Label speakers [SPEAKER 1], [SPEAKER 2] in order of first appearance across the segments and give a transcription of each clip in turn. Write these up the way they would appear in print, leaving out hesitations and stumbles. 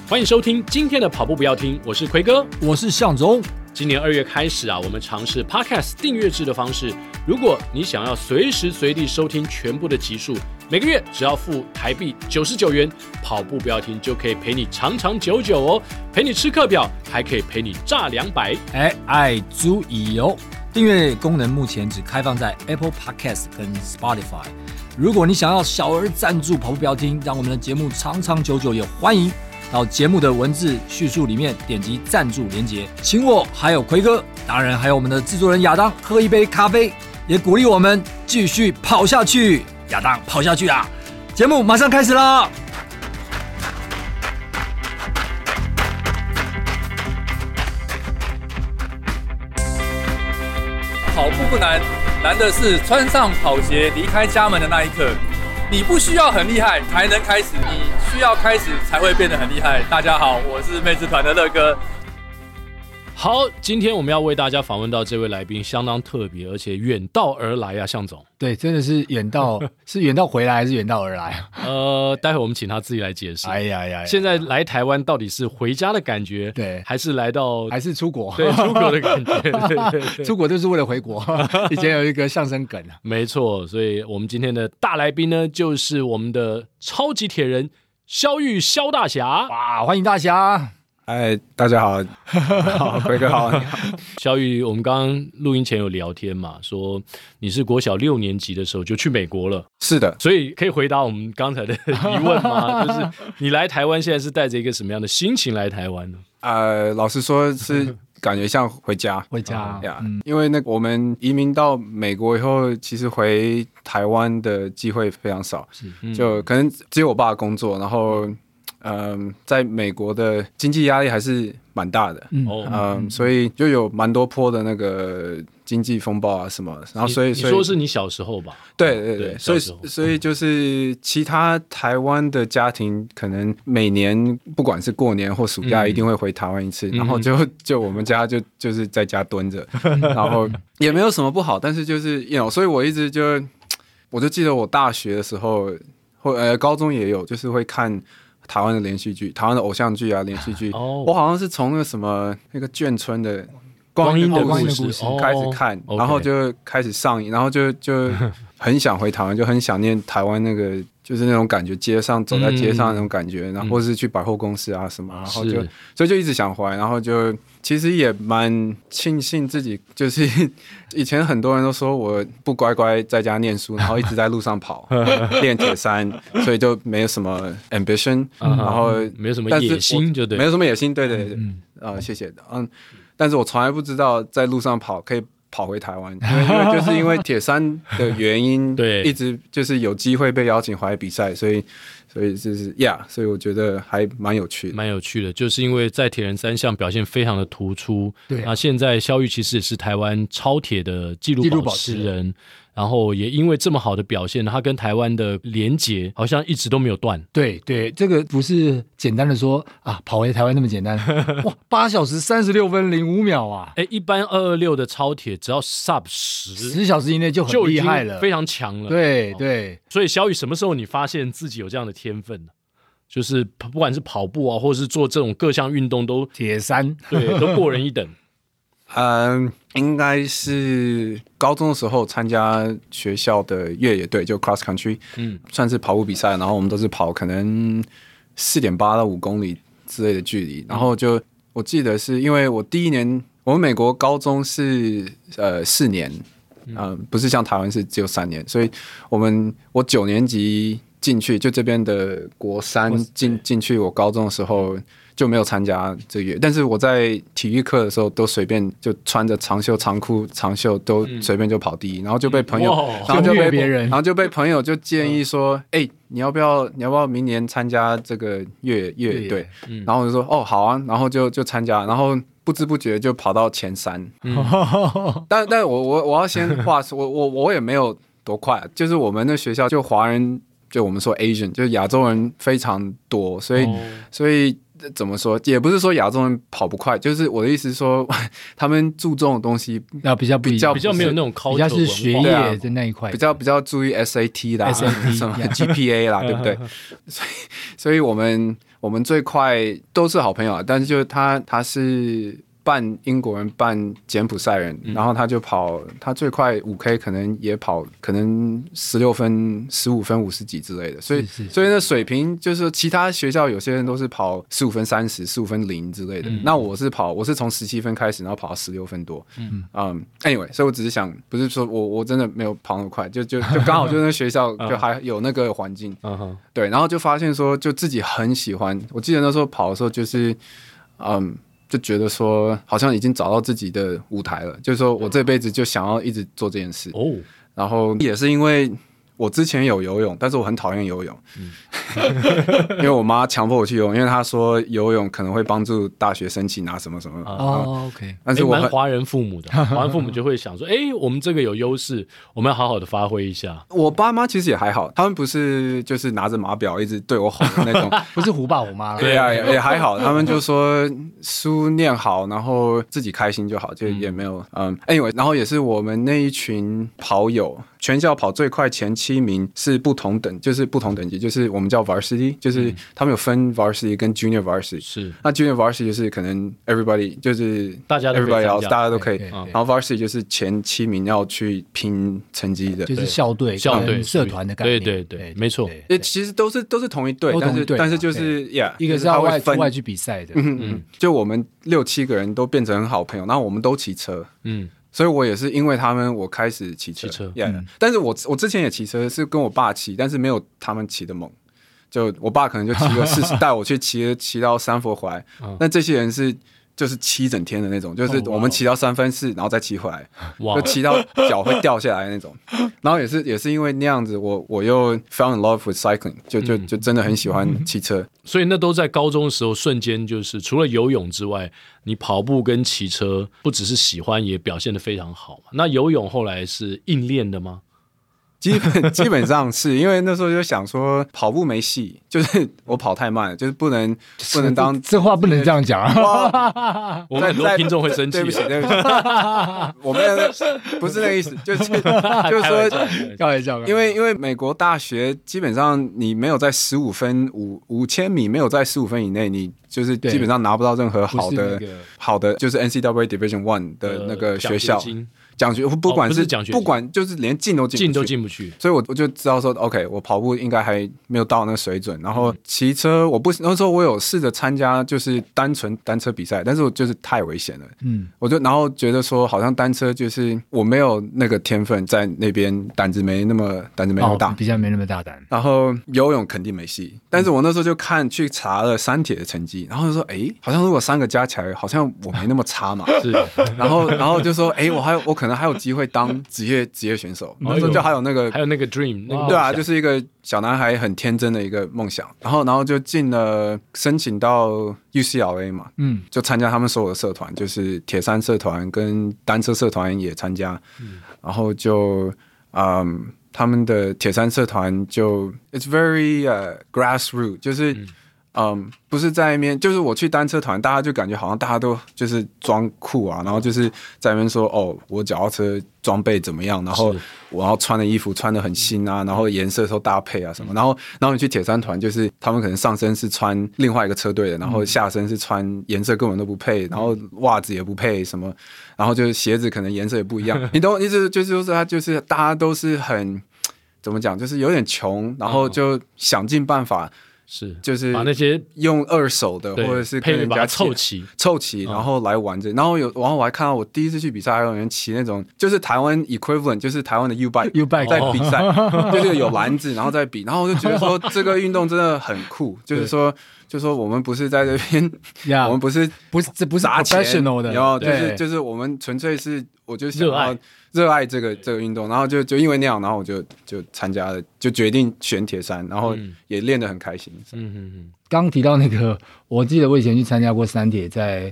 [SPEAKER 1] 欢迎收听今天的跑步不要听，我是奎哥，
[SPEAKER 2] 我是向总。
[SPEAKER 1] 今年2月开始我们尝试 Podcast 订阅制的方式。如果你想要随时随地收听全部的集数，每个月只要付台币99元，跑步不要停就可以陪你长长久久哦，陪你吃课表，还可以陪你炸200。
[SPEAKER 2] 爱注意哦，订阅功能目前只开放在 Apple Podcast 跟 Spotify。如果你想要小额赞助跑步不要听，让我们的节目长长久久，也欢迎到节目的文字叙述里面点击赞助连结，请我还有奎哥，当然还有我们的制作人亚当喝一杯咖啡，也鼓励我们继续跑下去。亚当跑下去啊！节目马上开始啦！
[SPEAKER 3] 跑步不难，难的是穿上跑鞋离开家门的那一刻。你不需要很厉害才能开始，你需要开始才会变得很厉害。大家好，我是妹子团的乐哥。
[SPEAKER 1] 好，今天我们要为大家访问到这位来宾相当特别，而且远道而来啊，向总。
[SPEAKER 2] 对，真的是远道，是远道回来还是远道而来？
[SPEAKER 1] 待会我们请他自己来解释。
[SPEAKER 2] 哎呀，
[SPEAKER 1] 现在来台湾到底是回家的感觉，
[SPEAKER 2] 对，
[SPEAKER 1] 还是来到，
[SPEAKER 2] 还是出国？
[SPEAKER 1] 对，出国的感觉。对，
[SPEAKER 2] 出国就是为了回国。以前有一个相声梗啊，
[SPEAKER 1] 没错。所以我们今天的大来宾呢，就是我们的超级铁人萧玉萧大侠。
[SPEAKER 2] 哇，欢迎大侠！
[SPEAKER 4] 哎，大家好，好，奎哥好，你好。
[SPEAKER 1] 萧玉，我们刚刚录音前有聊天嘛，说你是国小6年级的时候就去美国了。
[SPEAKER 4] 是的，
[SPEAKER 1] 所以可以回答我们刚才的疑问吗？就是你来台湾现在是带着一个什么样的心情来台湾呢？
[SPEAKER 4] 老实说是感觉像回家，
[SPEAKER 2] 回家
[SPEAKER 4] 呀，因为我们移民到美国以后，其实回台湾的机会非常少，就可能只有我爸工作，然后。在美国的经济压力还是蛮大的，所以就有蛮多波的那个经济风暴啊什么，然后所以
[SPEAKER 1] 你说是你小时候吧？
[SPEAKER 4] 对，所以就是其他台湾的家庭可能每年不管是过年或暑假一定会回台湾一次，然后就我们家就是在家蹲着，然后也没有什么不好，但是就是所以我一直我就记得我大学的时候高中也有就是会看。台湾的连续剧，台湾的偶像剧啊，连续剧，我好像是从那个眷村的光阴的故事开始看，然后就开始上瘾，然后就很想回台湾，就很想念台湾那个就是那种感觉，走在街上那种感觉，然后或是去百货公司啊什么，然后所以就一直想回来，然后就其实也蛮庆幸自己，就是以前很多人都说我不乖乖在家念书，然后一直在路上跑练铁三，所以就没有什么 ambition， 然后
[SPEAKER 1] 没有什么野心，就对，
[SPEAKER 4] 没有什么野心，对，谢谢，但是我从来不知道在路上跑可以跑回台湾，因为铁三的原因，
[SPEAKER 1] 对，
[SPEAKER 4] 一直就是有机会被邀请回来比赛，所以就是所以我觉得还蛮有趣
[SPEAKER 1] 的，就是因为在铁人3项表现非常的突出。对，那现在萧玉其实也是台湾超铁的纪录保持人。然后也因为这么好的表现，他跟台湾的连结好像一直都没有断。
[SPEAKER 2] 对，这个不是简单的说啊，跑回台湾那么简单。哇，8小时36分05秒啊！
[SPEAKER 1] 一般226的超铁只要 sub 10
[SPEAKER 2] 小时以内就很厉害了，
[SPEAKER 1] 非常强了。
[SPEAKER 2] 对，
[SPEAKER 1] 所以萧玉什么时候你发现自己有这样的天分呢？就是不管是跑步啊，或是做这种各项运动都
[SPEAKER 2] 铁三，
[SPEAKER 1] 对，都过人一等。
[SPEAKER 4] 应该是高中的时候参加学校的越野队，就 cross country，算是跑步比赛，然后我们都是跑可能4.8到5公里之类的距离，然后我记得是因为我第一年，我们美国高中是4年，不是像台湾是只有3年，所以我9年级进去，就这边的国3进去，我高中的时候。就没有参加这个，但是我在体育课的时候都随便就穿着长袖长裤长袖都随便就跑第一，然后就被朋友，然后就被朋友就建议说，你要不要明年参加这个越野队？然后我就说好啊，然后就参加，然后不知不觉就跑到前3。但我要先话说，我也没有多快，就是我们的学校就华人，就我们说 Asian， 就是亚洲人非常多，所以。怎么说？也不是说亚洲人跑不快，就是我的意思是说，他们注重的东西
[SPEAKER 2] 比较
[SPEAKER 1] 没有那种
[SPEAKER 2] 比较是学业的那一块，
[SPEAKER 4] 比较注意 SAT 啦，什么 GPA 啦，对不对？所以我们我们最快都是好朋友，但是就是他是半英国人半柬埔寨人，然后他就跑，他最快5K 可能也跑可能16分、15分50几之类的，所以那水平就是其他学校有些人都是跑15分30、15分0之类的，那我是从17分开始，然后跑到16分多，anyway， 所以我只是想，不是说我真的没有跑那么快，就刚好就那学校就还有那个环境，对，然后就发现说就自己很喜欢，我记得那时候跑的时候就是就觉得说好像已经找到自己的舞台了，就是说我这辈子就想要一直做这件事。然后也是因为我之前有游泳，但是我很讨厌游泳，因为我妈强迫我去游泳，因为她说游泳可能会帮助大学申请拿什么什么。
[SPEAKER 2] OK，
[SPEAKER 1] 但是我蛮华人父母的，华人父母就会想说，我们这个有优势，我们要好好的发挥一下。
[SPEAKER 4] 我爸妈其实也还好，他们不是就是拿着码表一直对我吼的那种，
[SPEAKER 2] 不是虎爸虎妈。
[SPEAKER 4] 对啊，也还好，他们就说书念好，然后自己开心就好，就也没有anyway， 然后也是我们那一群跑友。全校跑最快前7名是不同等级，就是我们叫 varsity， 就是他们有分 varsity 跟 junior varsity。是，那 junior varsity 就是可能 everybody 就是
[SPEAKER 1] 大家都可以
[SPEAKER 4] everybody else 大家都可以，然后 varsity 就是前7名要去拼成绩的，
[SPEAKER 2] 就是校队社团的概念。
[SPEAKER 1] 对，没错。
[SPEAKER 4] 其实都是同一队，但是就是
[SPEAKER 2] 一个是要外去比赛的，
[SPEAKER 4] 就我们6、7个人都变成很好朋友，然后我们都骑车，所以我也是因为他们我开始骑车，但是我之前也骑车，是跟我爸骑，但是没有他们骑的猛。就我爸可能就骑个40，带我去骑到三佛回来。但这些人就是骑整天的那种，就是我们骑到3分4，然后再骑回来，就骑到脚会掉下来的那种。然后也是因为那样子，我又 fell in love with cycling， 就真的很喜欢骑车。
[SPEAKER 1] 所以那都在高中的时候，瞬间就是除了游泳之外，你跑步跟骑车不只是喜欢，也表现得非常好。那游泳后来是硬练的吗？
[SPEAKER 4] 基本上是因为那时候就想说跑步没戏，就是我跑太慢了，就是不能当
[SPEAKER 2] 这话不能这样讲
[SPEAKER 1] 啊！我们很多听众会生气。
[SPEAKER 4] 对不起，我们不是那个意思，就是说
[SPEAKER 2] 开玩笑，
[SPEAKER 4] 因为美国大学基本上你没有在15分5000米没有在15分以内，你就是基本上拿不到任何好的就是 NCAA Division 1的那个学校。奖学不管就是连进都进不去，所以我就知道说 OK， 我跑步应该还没有到那个水准。然后骑车那时候我有试着参加就是纯单车比赛，但是我就是太危险了。我就然后觉得说好像单车就是我没有那个天分在那边，胆子没那么大，
[SPEAKER 2] 比较没那么大胆。
[SPEAKER 4] 然后游泳肯定没戏，但是我那时候就去查了三铁的成绩，然后就说好像如果3个加起来，好像我没那么差嘛。是，然后就说我可能还有机会当职业选手，那时候就还有那个
[SPEAKER 1] dream，
[SPEAKER 4] 对啊，就是一个小男孩很天真的一个梦想，然后就申请到 UCLA 嘛，就参加他们所有的社团，就是铁三社团跟单车社团也参加，然后就他们的铁三社团就 it's very grassroots， 就是不是在那边，就是我去单车团，大家就感觉好像大家都就是装酷啊，然后就是在那边说我脚踏车装备怎么样，然后我要穿的衣服穿的很新啊，然后颜色都搭配啊什么，然后你去铁三团，就是他们可能上身是穿另外一个车队的，然后下身是穿颜色根本都不配，然后袜子也不配什么，然后就是鞋子可能颜色也不一样，你懂，意思就是他就是大家都是很怎么讲，就是有点穷，然后就想尽办法。就是
[SPEAKER 1] 把那些
[SPEAKER 4] 用二手的或者是跟人家
[SPEAKER 1] 凑齐，然
[SPEAKER 4] 后来玩这，然后我还看到我第一次去比赛，还有人骑那种就是台湾 equivalent， 就是台湾的 U-bike 在比赛，就是有篮子然后再比，然后我就觉得说这个运动真的很酷，就是说我们不是在这边，我们不是砸钱
[SPEAKER 2] professional 的，
[SPEAKER 4] 然后就是我们纯粹是我就想要热爱这个运动，然后就因为那样，然后我就参加了，就决定选铁三，然后也练得很开心。
[SPEAKER 2] 刚提到那个，我记得我以前去参加过三铁，在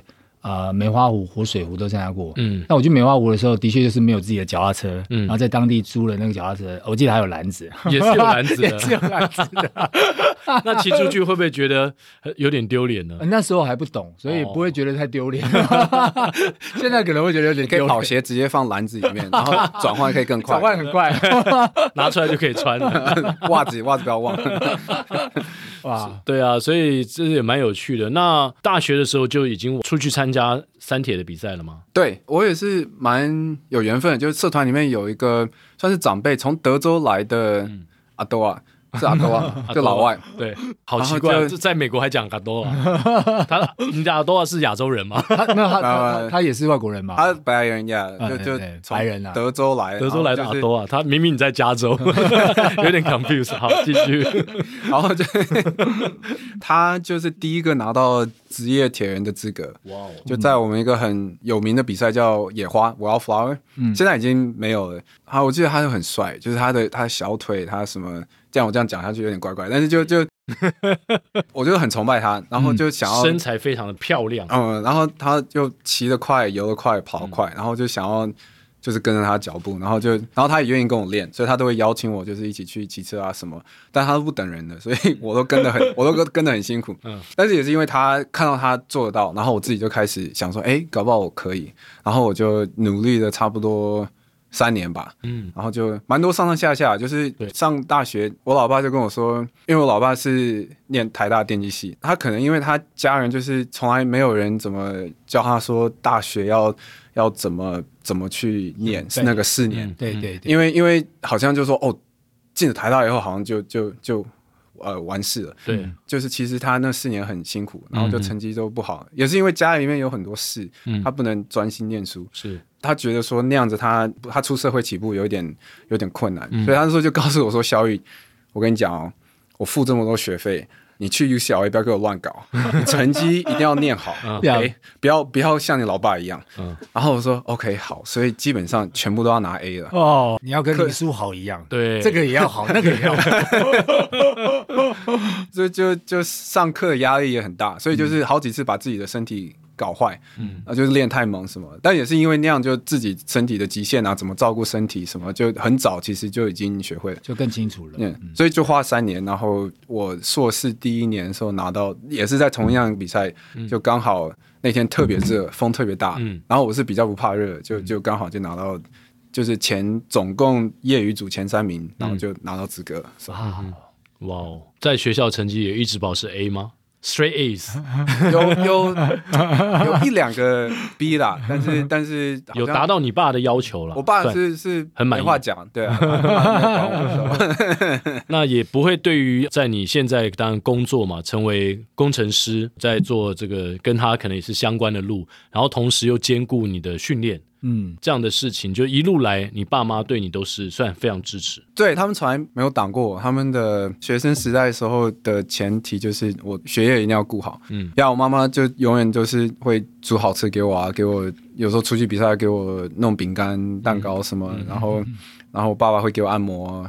[SPEAKER 2] 梅花湖、活水湖都参加过。那我去梅花湖的时候，的确就是没有自己的脚踏车，然后在当地租了那个脚踏车，我记得还有篮子，
[SPEAKER 1] 也是有篮子的，
[SPEAKER 2] 也是有篮子的。
[SPEAKER 1] 那骑出去会不会觉得有点丢脸呢？
[SPEAKER 2] 那时候还不懂，所以不会觉得太丢脸。现在可能会觉得有点丢脸。
[SPEAKER 4] 可以跑鞋直接放篮子里面，然后转换可以更快，
[SPEAKER 2] 转换很快，
[SPEAKER 1] 拿出来就可以穿了。
[SPEAKER 4] 袜子不要忘。
[SPEAKER 2] 哇，
[SPEAKER 1] 对啊，所以这也蛮有趣的。那大学的时候就已经出去参加三铁的比赛了吗？
[SPEAKER 4] 对，我也是蛮有缘分的，就是社团里面有一个算是长辈从德州来的阿多啊。是阿多啊，就老外，
[SPEAKER 1] 对，好奇怪，就在美国还讲阿多啊，你的阿多啊是亚洲人吗？
[SPEAKER 2] 他也是外国人吗？
[SPEAKER 4] 他白人呀，就
[SPEAKER 2] 白人啊，
[SPEAKER 4] 德州来
[SPEAKER 1] 的阿多啊，他明明你在加州，有点 confused。好，继续。
[SPEAKER 4] 然后就他就是第一个拿到职业铁人的资格，哇！就在我们一个很有名的比赛叫野花 （Wildflower），现在已经没有了。我记得他就很帅，就是他的小腿，他什么。我这样讲下去有点怪怪，但是就我就很崇拜他，然后就想要
[SPEAKER 1] 身材非常的漂亮，
[SPEAKER 4] 然后他就骑得快、游得快、跑得快，然后就想要就是跟着他脚步，然后他也愿意跟我练，所以他都会邀请我，就是一起去骑车啊什么，但他都不等人的，所以我都跟得很辛苦，但是也是因为他看到他做得到，然后我自己就开始想说，搞不好我可以，然后我就努力了差不多3年吧，然后就蛮多上上下，就是上大学，我老爸就跟我说，因为我老爸是念台大电机系，他可能因为他家人就是从来没有人怎么教他说大学要怎么去念那个4年，
[SPEAKER 2] 对，
[SPEAKER 4] 因为好像就说进了台大以后好像就完事了，
[SPEAKER 1] 对，
[SPEAKER 4] 就是其实他那4年很辛苦，然后就成绩都不好，也是因为家里面有很多事，他不能专心念书，
[SPEAKER 1] 是。
[SPEAKER 4] 他觉得说那样子他出社会起步有点困难，所以他那时候就告诉我说：“小雨，我跟你讲我付这么多学费，你去 UCLA 不要给我乱搞，你成绩一定要念好，OK，不要像你老爸一样。”然后我说 ：“OK， 好。”所以基本上全部都要拿 A 了。
[SPEAKER 2] 你要跟林书豪一样，
[SPEAKER 1] 对，
[SPEAKER 2] 这个也要好，那个也要好。
[SPEAKER 4] 就上课的压力也很大，所以就是好几次把自己的身体搞坏，就是练太猛什么，但也是因为那样，就自己身体的极限啊，怎么照顾身体什么，就很早其实就已经学会了，
[SPEAKER 2] 就更清楚了。
[SPEAKER 4] 所以就花3年，然后我硕士第1年的时候拿到，也是在同样的比赛，就刚好那天特别热，风特别大，然后我是比较不怕热，就刚好就拿到，就是总共业余组前3名，然后就拿到資格。
[SPEAKER 1] 哇哦，在学校成绩也一直保持 A 吗？Straight A's
[SPEAKER 4] 有1-2个 B 啦，但是
[SPEAKER 1] 有达到你爸的要求了。
[SPEAKER 4] 我爸是
[SPEAKER 1] 很满意，
[SPEAKER 4] 没话讲，对啊。
[SPEAKER 1] 那也不会对于在你现在当然工作嘛，成为工程师，在做这个跟他可能也是相关的路，然后同时又兼顾你的训练。这样的事情就一路来，你爸妈对你都是算非常支持。
[SPEAKER 4] 对，他们从来没有挡过我，他们的学生时代的时候的前提就是我学业一定要顾好。我妈妈就永远就是会煮好吃给我啊，给我有时候出去比赛给我弄饼干、蛋糕什么，然后我爸爸会给我按摩。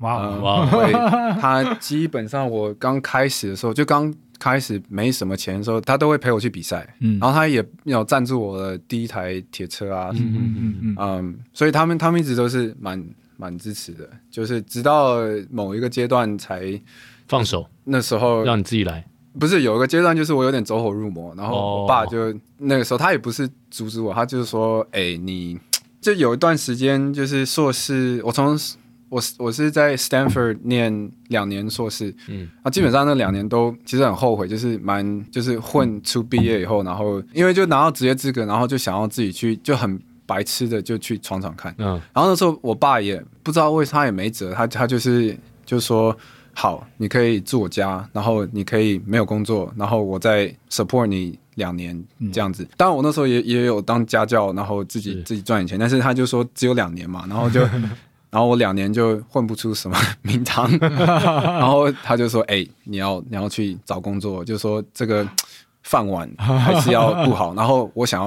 [SPEAKER 4] 他基本上我刚开始的时候，就刚开始没什么钱的时候，他都会陪我去比赛，然后他也有赞助我的第1台铁车啊，所以他们一直都是蛮支持的，就是直到某一个阶段才
[SPEAKER 1] 放手，
[SPEAKER 4] 那时候
[SPEAKER 1] 让你自己来。
[SPEAKER 4] 不是有一个阶段，就是我有点走火入魔，然后我爸就那个时候他也不是阻止我，他就是说，你就有一段时间就是硕士，我是在 Stanford 念2年硕士，基本上那2年都其实很后悔，就是混出毕业以后，然后因为就拿到职业资格，然后就想要自己去，就很白痴的就去闯闯看，然后那时候我爸也不知道为什么他也没辙，他就是说好，你可以住我家，然后你可以没有工作，然后我再 support 你2年这样子。当然我那时候也有当家教，然后自己赚点钱，但是他就说只有2年嘛，然后然后我2年就混不出什么名堂，然后他就说：“你要去找工作，就说这个饭碗还是要顾好。”然后我想要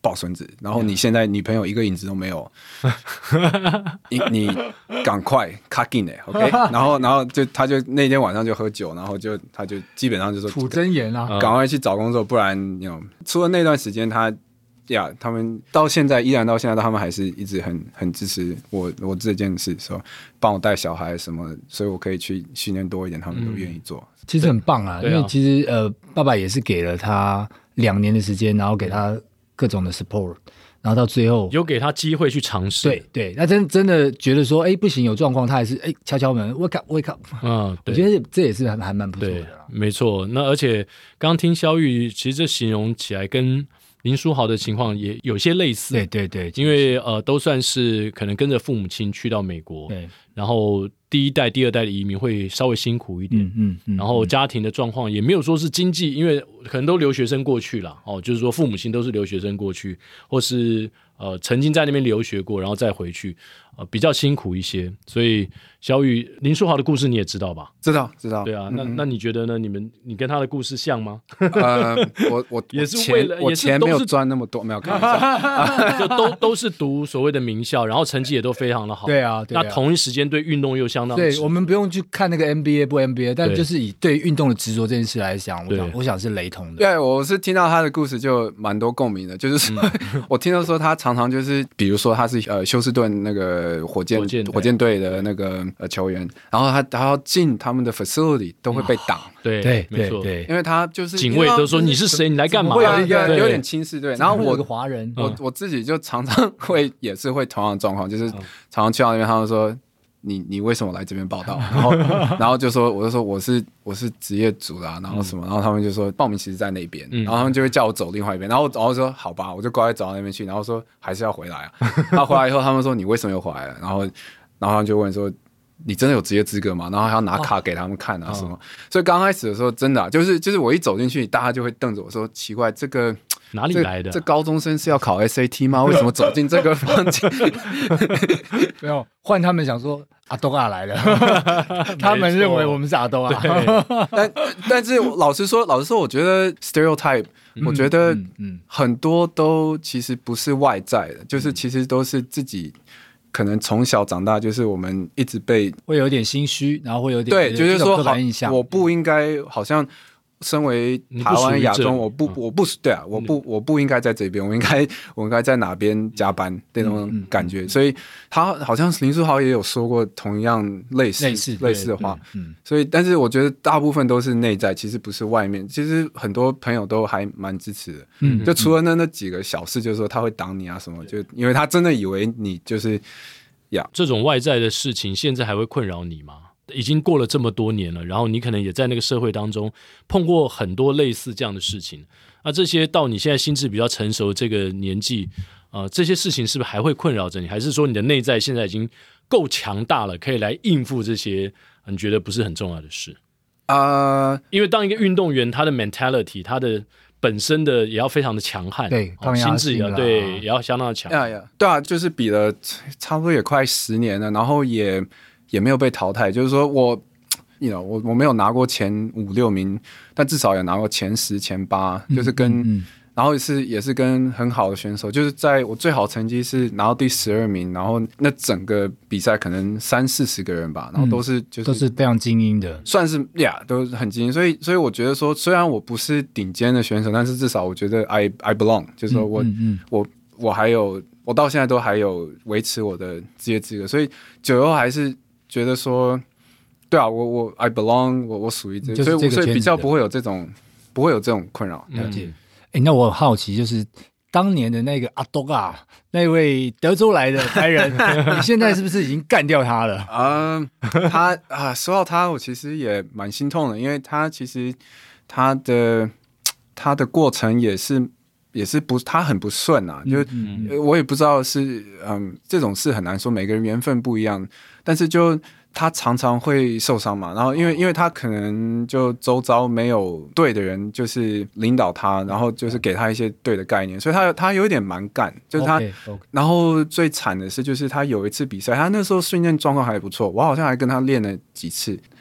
[SPEAKER 4] 抱孙子，然后你现在女朋友一个影子都没有，你赶快卡紧嘞 ，OK？ 然后他就那天晚上就喝酒，然后他就基本上就说
[SPEAKER 2] 吐真言啊，
[SPEAKER 4] 赶快去找工作，不然除了那段时间他们到现在依然到现在，他们还是一直很支持我这件事，说帮我带小孩什么，所以我可以去训练多一点，他们都愿意做。
[SPEAKER 2] 其实很棒啊，因为其实爸爸也是给了他2年的时间，然后给他各种的 support， 然后到最后
[SPEAKER 1] 有给他机会去尝试。
[SPEAKER 2] 对，那真的觉得说，不行，有状况，他还是敲敲门 ，wake up。我觉得这也是还蛮不错的啦。
[SPEAKER 1] 没错，那而且刚刚听萧玉，其实这形容起来跟林书豪的情况也有些类似，
[SPEAKER 2] 对，
[SPEAKER 1] 因为都算是可能跟着父母亲去到美国，对，然后第一代、第二代的移民会稍微辛苦一点，然后家庭的状况也没有说是经济，因为可能都留学生过去了，就是说父母亲都是留学生过去，或是曾经在那边留学过，然后再回去，比较辛苦一些。所以小雨林书豪的故事你也知道吧？
[SPEAKER 4] 知道。
[SPEAKER 1] 对啊，那你觉得呢？你跟他的故事像吗？
[SPEAKER 4] 我
[SPEAKER 1] 也是为了
[SPEAKER 4] 我钱没有赚那么多，没有开玩笑，
[SPEAKER 1] 就都是读所谓的名校，然后成绩也都非常的好。
[SPEAKER 2] 对啊，
[SPEAKER 1] 那同一时间对运动又相当
[SPEAKER 2] 对，我们不用去看那个 NBA 不 NBA， 但就是以对运动的执着这件事来讲，我想是雷同的。
[SPEAKER 4] 对，我是听到他的故事就蛮多共鸣的，就是说我听到说他常常就是，比如说他是休斯顿那个火箭队的那个球员，然后他要进他们的 facility 都会被挡。
[SPEAKER 1] 对，没错，
[SPEAKER 4] 因为他就是
[SPEAKER 1] 警卫都说你是谁，你来干嘛？
[SPEAKER 4] 会有点轻视，对。然后
[SPEAKER 2] 我有个华人，
[SPEAKER 4] 我自己就常常也是会同样的状况，就是常常去到那边，他们说你为什么来这边报道？然后就说我就说我是职业组的，然后什么，然后他们就说报名其实在那边，然后他们就会叫我走另外一边，然后说好吧，我就乖乖走到那边去，然后说还是要回来啊。他回来以后，他们说你为什么又回来了？然后他们就问说，你真的有职业资格吗？然后还要拿卡给他们看啊什么。所以刚开始的时候，真的就是我一走进去，大家就会瞪着我说，奇怪，这个
[SPEAKER 1] 哪里来的？
[SPEAKER 4] 这高中生是要考 SAT 吗？为什么走进这个房间？
[SPEAKER 2] 没有，换他们想说阿东啊来了，他们认为我们是阿东啊。
[SPEAKER 4] 但是老实说，我觉得 stereotype，我觉得很多都其实不是外在的，就是其实都是自己。可能从小长大，就是我们一直
[SPEAKER 2] 会有点心虚，然后会有点
[SPEAKER 4] 对，就是说
[SPEAKER 2] 刻板印象，
[SPEAKER 4] 我不应该好像身为台湾亚洲，我不对啊，我不应该在这边，我应该在哪边加班那种感觉。所以他好像林书豪也有说过同样类似的话，所以但是我觉得大部分都是内在，其实不是外面。其实很多朋友都还蛮支持的，就除了那几个小事，就是说他会挡你啊什么，就因为他真的以为你就是
[SPEAKER 1] 这种外在的事情，现在还会困扰你吗？已经过了这么多年了，然后你可能也在那个社会当中碰过很多类似这样的事情，这些到你现在心智比较成熟的这个年纪，这些事情是不是还会困扰着你？还是说你的内在现在已经够强大了，可以来应付这些你觉得不是很重要的事？因为当一个运动员，他的 mentality， 他的本身的也要非常的强悍，
[SPEAKER 2] 对，
[SPEAKER 1] 心智也要相当的强。
[SPEAKER 4] 对啊，就是比了差不多也快10年了，然后也没有被淘汰，就是说我没有拿过前5、6名，但至少也拿过前10、前8，就是然后也是跟很好的选手，就是在我最好成绩是拿到第12名，然后那整个比赛可能30-40个人吧，然后都是
[SPEAKER 2] 非常精英的，
[SPEAKER 4] 算是都是很精英，所以我觉得说，虽然我不是顶尖的选手，但是至少我觉得 I belong， 就是说我还有，我到现在都还有维持我的职业资格，所以久后还是觉得说，对啊，我 I belong， 我属于这个，所以比较不会有这种困扰。
[SPEAKER 2] 了解。那我好奇，就是当年的那个阿东啊，那位德州来的白人，你现在是不是已经干掉他了？
[SPEAKER 4] 说到他，我其实也蛮心痛的，因为他其实他的过程也是他很不顺啊，就我也不知道是这种事很难说，每个人缘分不一样，但是就他常常会受伤嘛，然后因为他可能就周遭没有对的人，就是领导他，然后就是给他一些对的概念，所以他有点蛮干，就是他。然后最惨的是，就是他有一次比赛，他那时候训练状况还不错，我好像还跟他练了几次，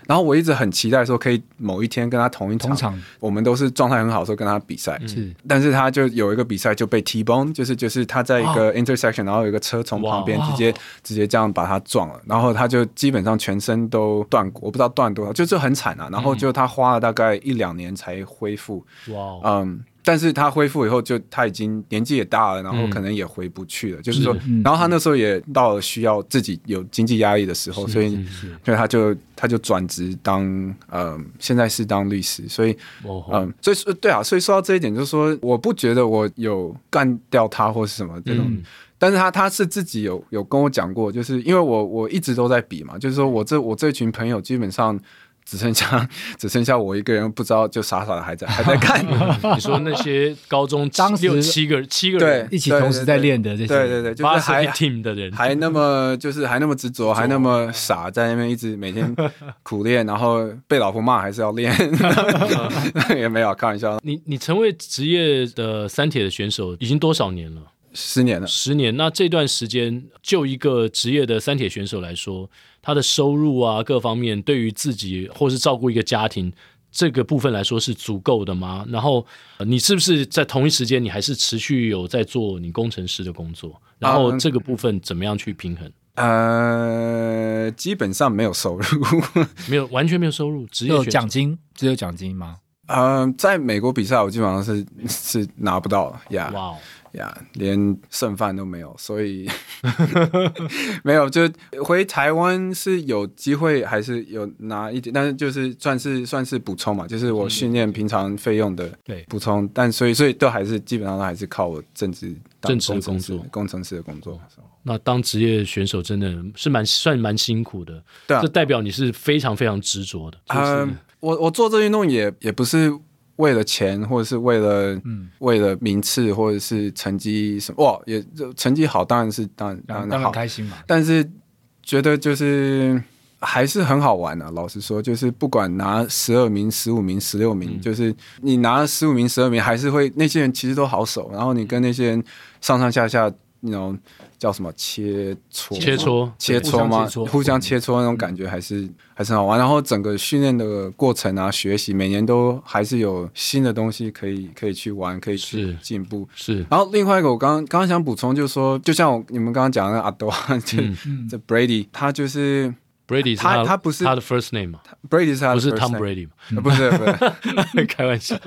[SPEAKER 4] 然后我一直很期待说可以某一天跟他同场，我们都是状态很好的时候跟他比赛，但是他就有一个比赛就被 T-bone， 就是他在一个 intersection， 然后有一个车从旁边直接这样把他撞了，然后他就基本上全身都断过，我不知道断多少，就很惨啊。然后就他花了大概1-2年才恢复，但是他恢复以后就他已经年纪也大了，然后可能也回不去了，就是说，然后他那时候也到了需要自己有经济压力的时候，所以他就转职当现在是当律师，所以所以对啊，所以说到这一点就是说，我不觉得我有干掉他或是什么这种。但是他是自己有跟我讲过，就是因为我一直都在比嘛，就是说我这群朋友基本上只剩下我一个人不知道，就傻傻的还在看。
[SPEAKER 1] 你说那些高中当时7个人
[SPEAKER 2] 一起同时在练的这些，
[SPEAKER 4] 对，就是还
[SPEAKER 1] team 的人，
[SPEAKER 4] 还那么执着，还那么傻，在那边一直每天苦练，然后被老婆骂还是要练，也没有开玩笑。
[SPEAKER 1] 你成为职业的三铁的选手已经多少年了
[SPEAKER 4] ？10年了。
[SPEAKER 1] 10年，那这段时间就一个职业的三铁选手来说，他的收入啊各方面对于自己或是照顾一个家庭这个部分来说是足够的吗？然后你是不是在同一时间你还是持续有在做你工程师的工作？然后这个部分怎么样去平衡？
[SPEAKER 4] 基本上没有收入，
[SPEAKER 1] 完全没有收入，只有奖金吗？
[SPEAKER 4] 在美国比赛我基本上是拿不到呀。哇连剩饭都没有，所以没有。就回台湾是有机会，还是有拿一点，但是就是算是补充嘛，就是我训练平常费用的补充。但所以都还是基本上都还是靠我正职工程师的工作。
[SPEAKER 1] 那当职业选手真的是算蛮辛苦的，
[SPEAKER 4] 对啊，
[SPEAKER 1] 这代表你是非常非常执着的。
[SPEAKER 4] 我做这运动也不是为了钱，或者是为了名次，或者是成绩什么，也成绩好当然好，
[SPEAKER 2] 开心嘛。
[SPEAKER 4] 但是觉得就是还是很好玩啊。老实说，就是不管拿12名、15名、16名，就是你拿15名、12名，还是会那些人其实都好手，然后你跟那些人上下叫什么切磋吗？互相切磋那种感觉还是很好玩。然后整个训练的过程啊，学习每年都还是有新的东西可以去玩，可以去进步。
[SPEAKER 1] 是。
[SPEAKER 4] 然后另外一个我刚刚想补充，就是说，就像你们刚刚讲的阿多这 Brady， 他就是
[SPEAKER 1] Brady， 他不是他的 first name 嘛
[SPEAKER 4] ？Brady 是他的 first name，
[SPEAKER 1] 不是 Tom Brady 嘛？
[SPEAKER 4] 不是，
[SPEAKER 1] 开玩笑。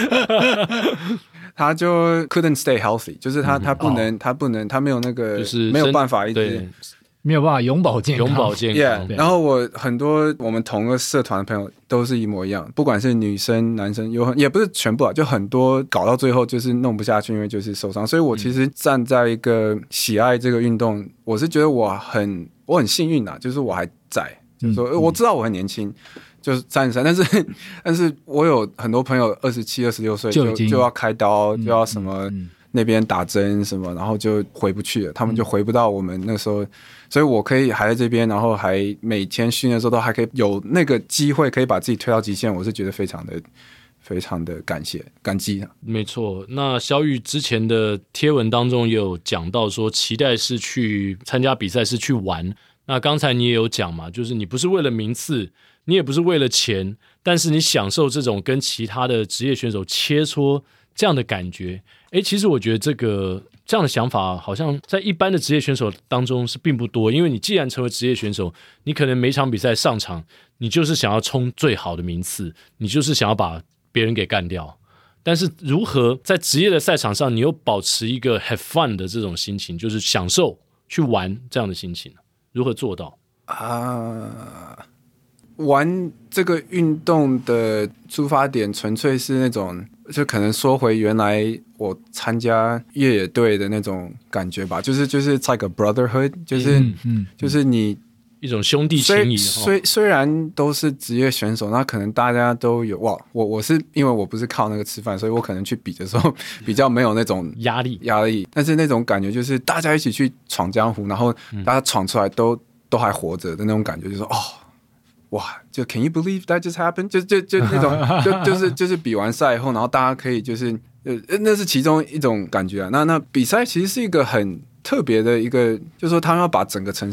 [SPEAKER 4] 他就 couldn't stay healthy， 就是他不能，他没有那个，就是没有办法一直
[SPEAKER 2] 没有办法永保健康。
[SPEAKER 4] Yeah， 然后很多我们同个社团的朋友都是一模一样，不管是女生男生，也不是全部啊，就很多搞到最后就是弄不下去，因为就是受伤。所以我其实站在一个喜爱这个运动，我是觉得我很幸运啊，就是我还在，就是说我知道我很年轻。就是33，但是我有很多朋友27、26岁就要开刀，就要什么那边打针什么，然后就回不去了，他们就回不到我们那时候，所以我可以还在这边，然后还每天训练的时候都还可以有那个机会可以把自己推到极限，我是觉得非常的感激。
[SPEAKER 1] 没错，那小宇之前的贴文当中也有讲到说，期待是去参加比赛，是去玩。那刚才你也有讲嘛，就是你不是为了名次，你也不是为了钱，但是你享受这种跟其他的职业选手切磋这样的感觉。其实我觉得这样的想法好像在一般的职业选手当中是并不多，因为你既然成为职业选手，你可能每场比赛上场，你就是想要冲最好的名次，你就是想要把别人给干掉。但是如何在职业的赛场上，你又保持一个 have fun 的这种心情，就是享受去玩这样的心情，如何做到？
[SPEAKER 4] 玩这个运动的出发点纯粹是那种，就可能说回原来我参加越野队的那种感觉吧，就是 it's like a brotherhood， 就是你
[SPEAKER 1] 一种兄弟情谊。
[SPEAKER 4] 虽然都是职业选手，那可能大家都有我是因为我不是靠那个吃饭，所以我可能去比的时候比较没有那种压力，但是那种感觉就是大家一起去闯江湖，然后大家闯出来都还活着的那种感觉，就是哇，就 Can you believe that just happened？ 就那种就是比完赛以后，然后大家可以就是那是其中一种感觉啊。那比赛其实是一个很特别的一个，就是说他们要把整个城市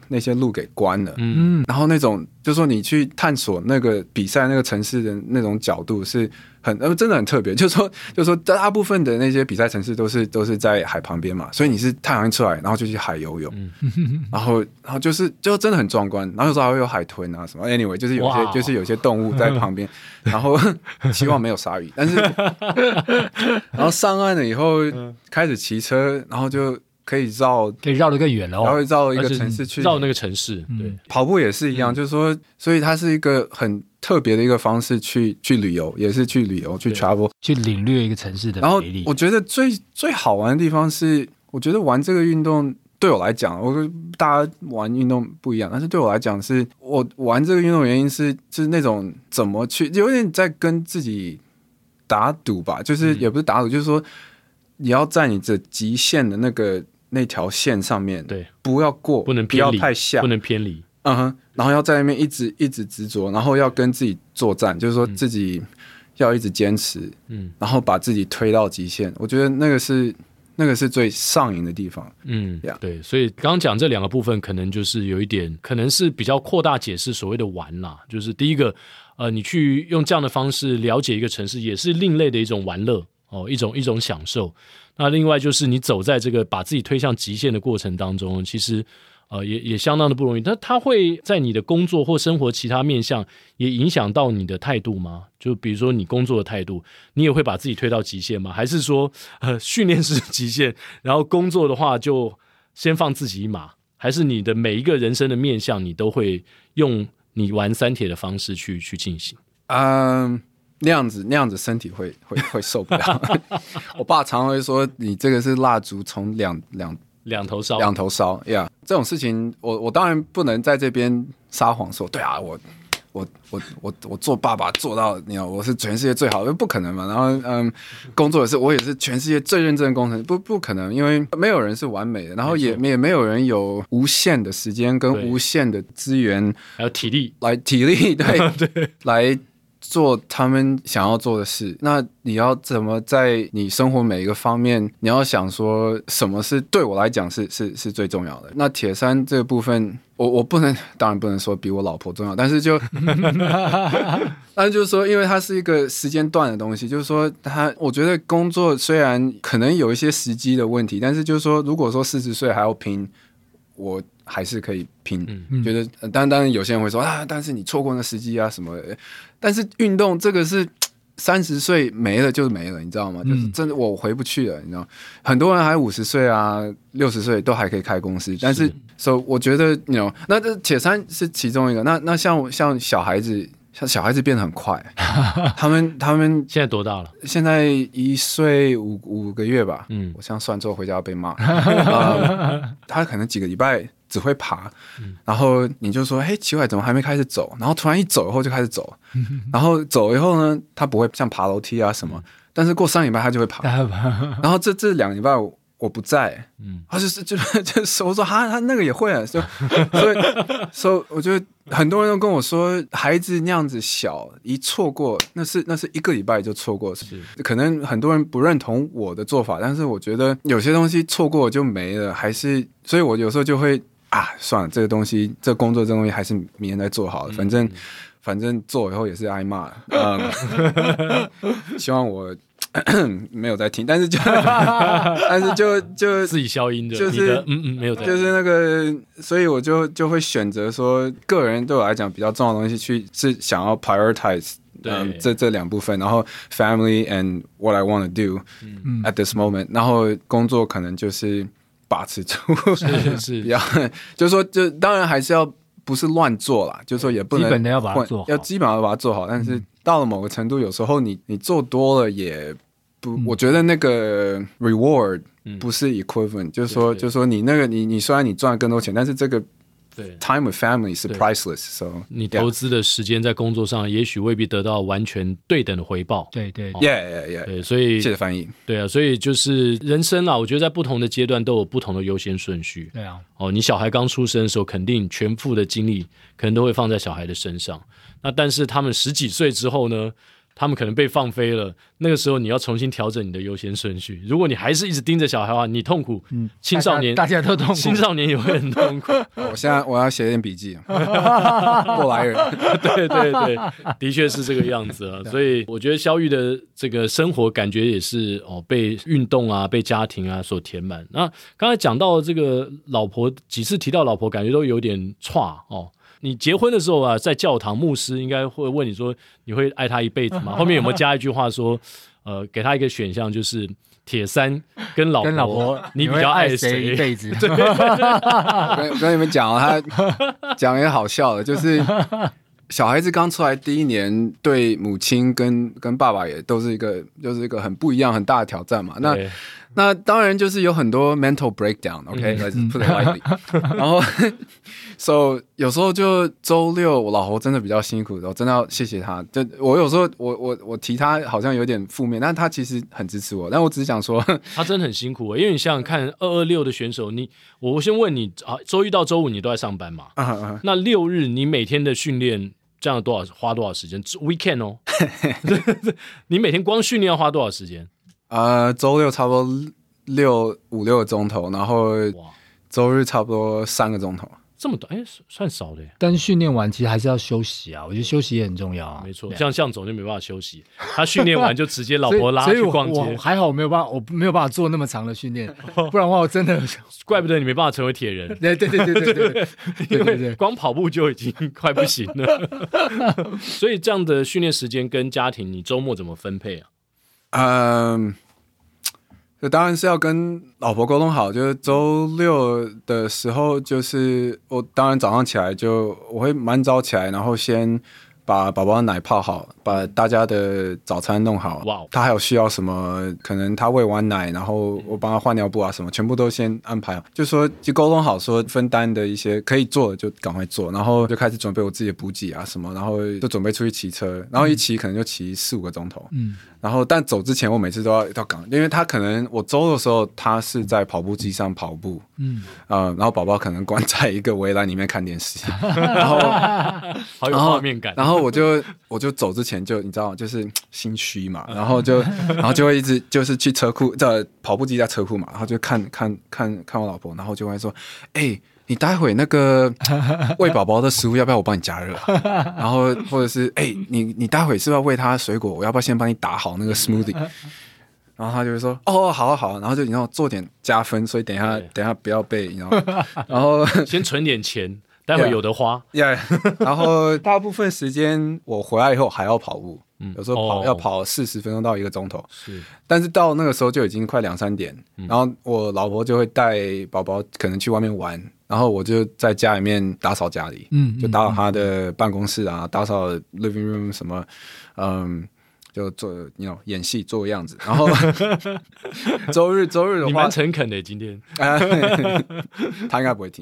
[SPEAKER 4] 那些路给关了，然后那种就是说你去探索那个比赛那个城市的那种角度是真的很特别，就是说大部分的那些比赛城市都是在海旁边嘛，所以你是太阳一出来，然后就去海游泳，然后就真的很壮观，然后有时候还会有海豚啊什么 ，anyway 就是有些动物在旁边，然后希望没有鲨鱼，但是然后上岸了以后开始骑车，然后就可以绕
[SPEAKER 2] 得更远了
[SPEAKER 4] 然后绕一个城市去
[SPEAKER 1] 绕那个城市，对，
[SPEAKER 4] 跑步也是一样，就是说，所以它是一个很特别的一个方式去旅游，也是去旅游去 travel，
[SPEAKER 2] 去领略一个城市的美丽。
[SPEAKER 4] 然后我觉得最好玩的地方是，我觉得玩这个运动对我来讲，大家玩运动不一样，但是对我来讲是，我玩这个运动的原因是那种怎么去，有点在跟自己打赌吧，就是也不是打赌，就是说你要在你的极限的那条线上面，
[SPEAKER 1] 对，
[SPEAKER 4] 不要过，
[SPEAKER 1] 不能偏离，
[SPEAKER 4] 不要太下，
[SPEAKER 1] 不能偏离。
[SPEAKER 4] 然后要在那边一直执着，然后要跟自己作战，就是说自己要一直坚持，然后把自己推到极限。我觉得那个是最上瘾的地方。
[SPEAKER 1] 对，所以刚刚讲这两个部分，可能就是有一点，可能是比较扩大解释所谓的玩啦。就是第一个，你去用这样的方式了解一个城市，也是另类的一种玩乐一种享受。那另外就是你走在这个把自己推向极限的过程当中，其实也相当的不容易。那它会在你的工作或生活其他面向也影响到你的态度吗？就比如说你工作的态度，你也会把自己推到极限吗？还是说训练是极限，然后工作的话就先放自己一马？还是你的每一个人生的面向，你都会用你玩三铁的方式去进行？
[SPEAKER 4] 那样子身体会受不了。我爸常常会说，你这个是蜡烛从两头烧呀。这种事情我当然不能在这边撒谎说，对啊，我做爸爸做到，我是全世界最好的，不可能嘛。然后工作我也是全世界最认真的工程，不可能，因为没有人是完美的，然后也没有人有无限的时间跟无限的资源，
[SPEAKER 1] 还有体力
[SPEAKER 4] 对来做他们想要做的事。那你要怎么在你生活每一个方面，你要想说什么是对我来讲是最重要的。那铁三这个部分，我当然不能说比我老婆重要，但是就是说，因为它是一个时间段的东西，就是说我觉得工作虽然可能有一些时机的问题，但是就是说，如果说40岁还要拼，我还是可以拼。觉得当然有些人会说但是你错过那时机啊什么的，但是运动这个是30岁没了就是没了，你知道吗？就是真的我回不去了，你知道，很多人还50岁啊60岁都还可以开公司，但是我觉得那这铁三是其中一个。那像小孩子变得很快，他们
[SPEAKER 1] 现在多大了？
[SPEAKER 4] 现在1岁5个月吧。我这样算之后回家要被骂。他可能几个礼拜只会爬，然后你就说，嘿，奇怪，怎么还没开始走？然后突然一走以后就开始走，然后走以后呢，他不会像爬楼梯啊什么，但是过3礼拜他就会爬。然后这2礼拜我不在，他就是我说他那个也会啊，所以我觉得很多人都跟我说，孩子那样子小，一错过那是1个礼拜就错过，可能很多人不认同我的做法，但是我觉得有些东西错过就没了，还是，所以我有时候就会算了，这个东西，这工作这东西还是明天再做好了，反正做以后也是挨骂。希望我没有在听，但是就
[SPEAKER 1] 自己消音的，
[SPEAKER 4] 就是
[SPEAKER 1] 没有在听，
[SPEAKER 4] 就是那个，所以我就会选择说，个人对我来讲比较重要的东西是想要 prioritize。这两部分，然后 family and what I want to do at this moment，然后工作可能就是把持住，
[SPEAKER 1] 是
[SPEAKER 4] 比较，就是说，就当然还是要不是乱做啦，就是说也不能
[SPEAKER 2] 基本的要把它做好，
[SPEAKER 4] 要基本上把它做好，但是到了某个程度，有时候你做多了也不，我觉得那个 reward 不是 equivalent，就是说你那个你虽然你赚了更多钱，但是这个。对 ，time with family 是 priceless，so
[SPEAKER 1] 你投资的时间在工作上，也许未必得到完全对等的回报。
[SPEAKER 2] 对，
[SPEAKER 1] 对，所以
[SPEAKER 4] 谢谢翻译。
[SPEAKER 1] 对啊，所以就是人生啦，我觉得在不同的阶段都有不同的优先顺序。
[SPEAKER 2] 对啊，
[SPEAKER 1] 你小孩刚出生的时候，肯定全副的精力可能都会放在小孩的身上。那但是他们10几岁之后呢， 他们可能被放飞了，那个时候你要重新调整你的优先顺序。如果你还是一直盯着小孩的话，你痛苦，青少年
[SPEAKER 2] 大家都痛苦，
[SPEAKER 1] 青少年也会很痛苦。
[SPEAKER 4] 我要写点笔记，过来人。
[SPEAKER 1] 对对对，的确是这个样子啊。所以我觉得萧玉的这个生活感觉也是被运动啊、被家庭啊所填满。那刚才讲到这个老婆，几次提到老婆，感觉都有点差哦。你结婚的时候啊，在教堂牧师应该会问你说，你会爱她一辈子吗？后面有没有加一句话说，给她一个选项，就是铁三跟老婆，你比较爱谁
[SPEAKER 2] 一辈子？
[SPEAKER 4] 我跟你们讲他讲也好笑的，就是小孩子刚出来第一年，对母亲跟爸爸也都是一个很不一样、很大的挑战嘛。那当然就是有很多 mental breakdown，OK，let's put it lightly。然后，so 有时候就周六我老婆真的比较辛苦的，我真的要谢谢她。就我有时候我提她好像有点负面，但她其实很支持我。但我只是想说，
[SPEAKER 1] 她真的很辛苦，因为你想想看，226的选手，我先问你啊，周一到周五你都在上班嘛？那6日你每天的训练这样花多少时间 ？weekend 哦，你每天光训练要花多少时间？
[SPEAKER 4] 周六差不多5-6个钟头，然后周日差不多3个钟头。
[SPEAKER 1] 这么短，算少的耶。
[SPEAKER 2] 但训练完其实还是要休息啊，我觉得休息也很重要啊。
[SPEAKER 1] 没错，像向总就没办法休息，他训练完就直接老婆拉去逛街。
[SPEAKER 2] 我还好，我没有办法做那么长的训练，不然的话我真的
[SPEAKER 1] 怪不得你没办法成为铁人。
[SPEAKER 2] 对，
[SPEAKER 1] 因为光跑步就已经快不行了。所以这样的训练时间跟家庭，你周末怎么分配啊？
[SPEAKER 4] 这当然是要跟老婆沟通好，就是周六的时候，就是我当然早上起来我会蛮早起来，然后先把宝宝的奶泡好，把大家的早餐弄好。他还有需要什么，可能他喂完奶，然后我帮他换尿布啊什么，全部都先安排好，就沟通好，说分担的一些可以做的就赶快做，然后就开始准备我自己的补给啊什么，然后就准备出去骑车，然后一骑可能就骑4-5个钟头。然后但走之前我每次都要赶，因为他可能我周的时候他是在跑步机上跑步，然后宝宝可能关在一个围栏里面看电视，然后
[SPEAKER 1] 好有画面感，
[SPEAKER 4] 然后我就走之前就你知道就是心虚嘛，然后就会一直就是去车库，跑步机在车库嘛，然后就看我老婆，然后就会说，你待会那个喂宝宝的食物要不要我帮你加热？然后或者是你待会是不是要喂他水果？我要不要先帮你打好那个 smoothie？ 然后他就会说好，然后就你知道做点加分，所以等一下不要被你知道，然后
[SPEAKER 1] 先存点钱，待会有的花。
[SPEAKER 4] 然后大部分时间我回来以后还要跑步。有时候要跑40分钟到1个钟头，但是到那个时候就已经快2-3点，然后我老婆就会带宝宝可能去外面玩，然后我就在家里面打扫家里，就打扫他的办公室啊，打扫 living room 什么，就做演戏做个样子，然后周日的话，
[SPEAKER 1] 你蛮诚恳的今天，
[SPEAKER 4] 他应该不会听，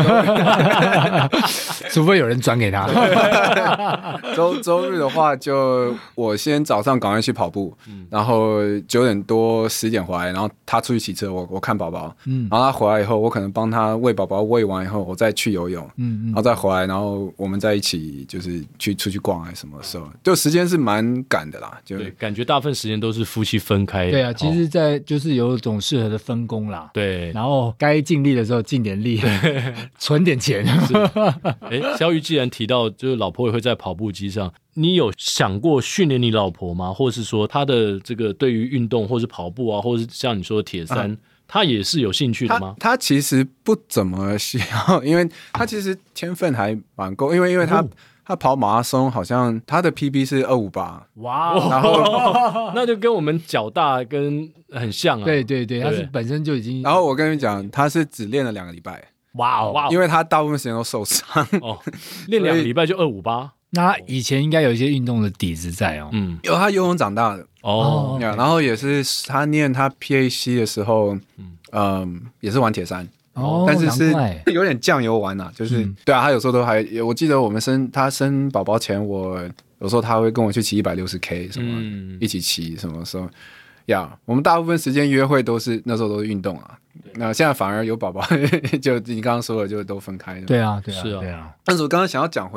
[SPEAKER 2] 除非有人转给他。
[SPEAKER 4] 周日的话，就我先早上赶快去跑步，然后9点多10点回来，然后他出去骑车，我看宝宝，然后他回来以后，我可能帮他喂宝宝，喂完以后我再去游泳，然后再回来，然后我们在一起就是出去逛还是什么时候，就时间是蛮赶的啦。
[SPEAKER 1] 对，感觉大部分时间都是夫妻分开。
[SPEAKER 2] 对啊，其实在就是有一种适合的分工啦。
[SPEAKER 1] 对，
[SPEAKER 2] 然后该尽力的时候尽点力，存点钱。
[SPEAKER 1] 萧玉既然提到就是老婆也会在跑步机上，你有想过训练你老婆吗？或者是说她的这个对于运动或是跑步啊，或者是像你说的铁三，她也是有兴趣的吗？
[SPEAKER 4] 她其实不怎么需要，因为她其实天分还蛮够，因为她跑马拉松好像她的 PB 是258，
[SPEAKER 2] 哇，
[SPEAKER 4] 然后
[SPEAKER 1] 那就跟我们脚大跟很像啊。
[SPEAKER 2] 对，她是本身就已经。
[SPEAKER 4] 然后我跟你讲，她是只练了2个礼拜，
[SPEAKER 2] 哇，
[SPEAKER 4] 因为她大部分时间都受伤，
[SPEAKER 1] 练2个礼拜就258。
[SPEAKER 2] 那以前应该有一些运动的底子在哦。
[SPEAKER 4] 有她游泳长大的然后也是她念她 PAC 的时候，也是玩铁三。但是有点酱油玩啊，就是对啊，他有时候都还，我记得我们他生宝宝前，我有时候他会跟我去骑160K 什么，一起骑什么时候我们大部分时间约会那时候都是运动啊。那现在反而有宝宝，就你刚刚说的就都分开了。
[SPEAKER 2] 对啊，
[SPEAKER 1] 是啊。
[SPEAKER 4] 但是我刚刚想要讲回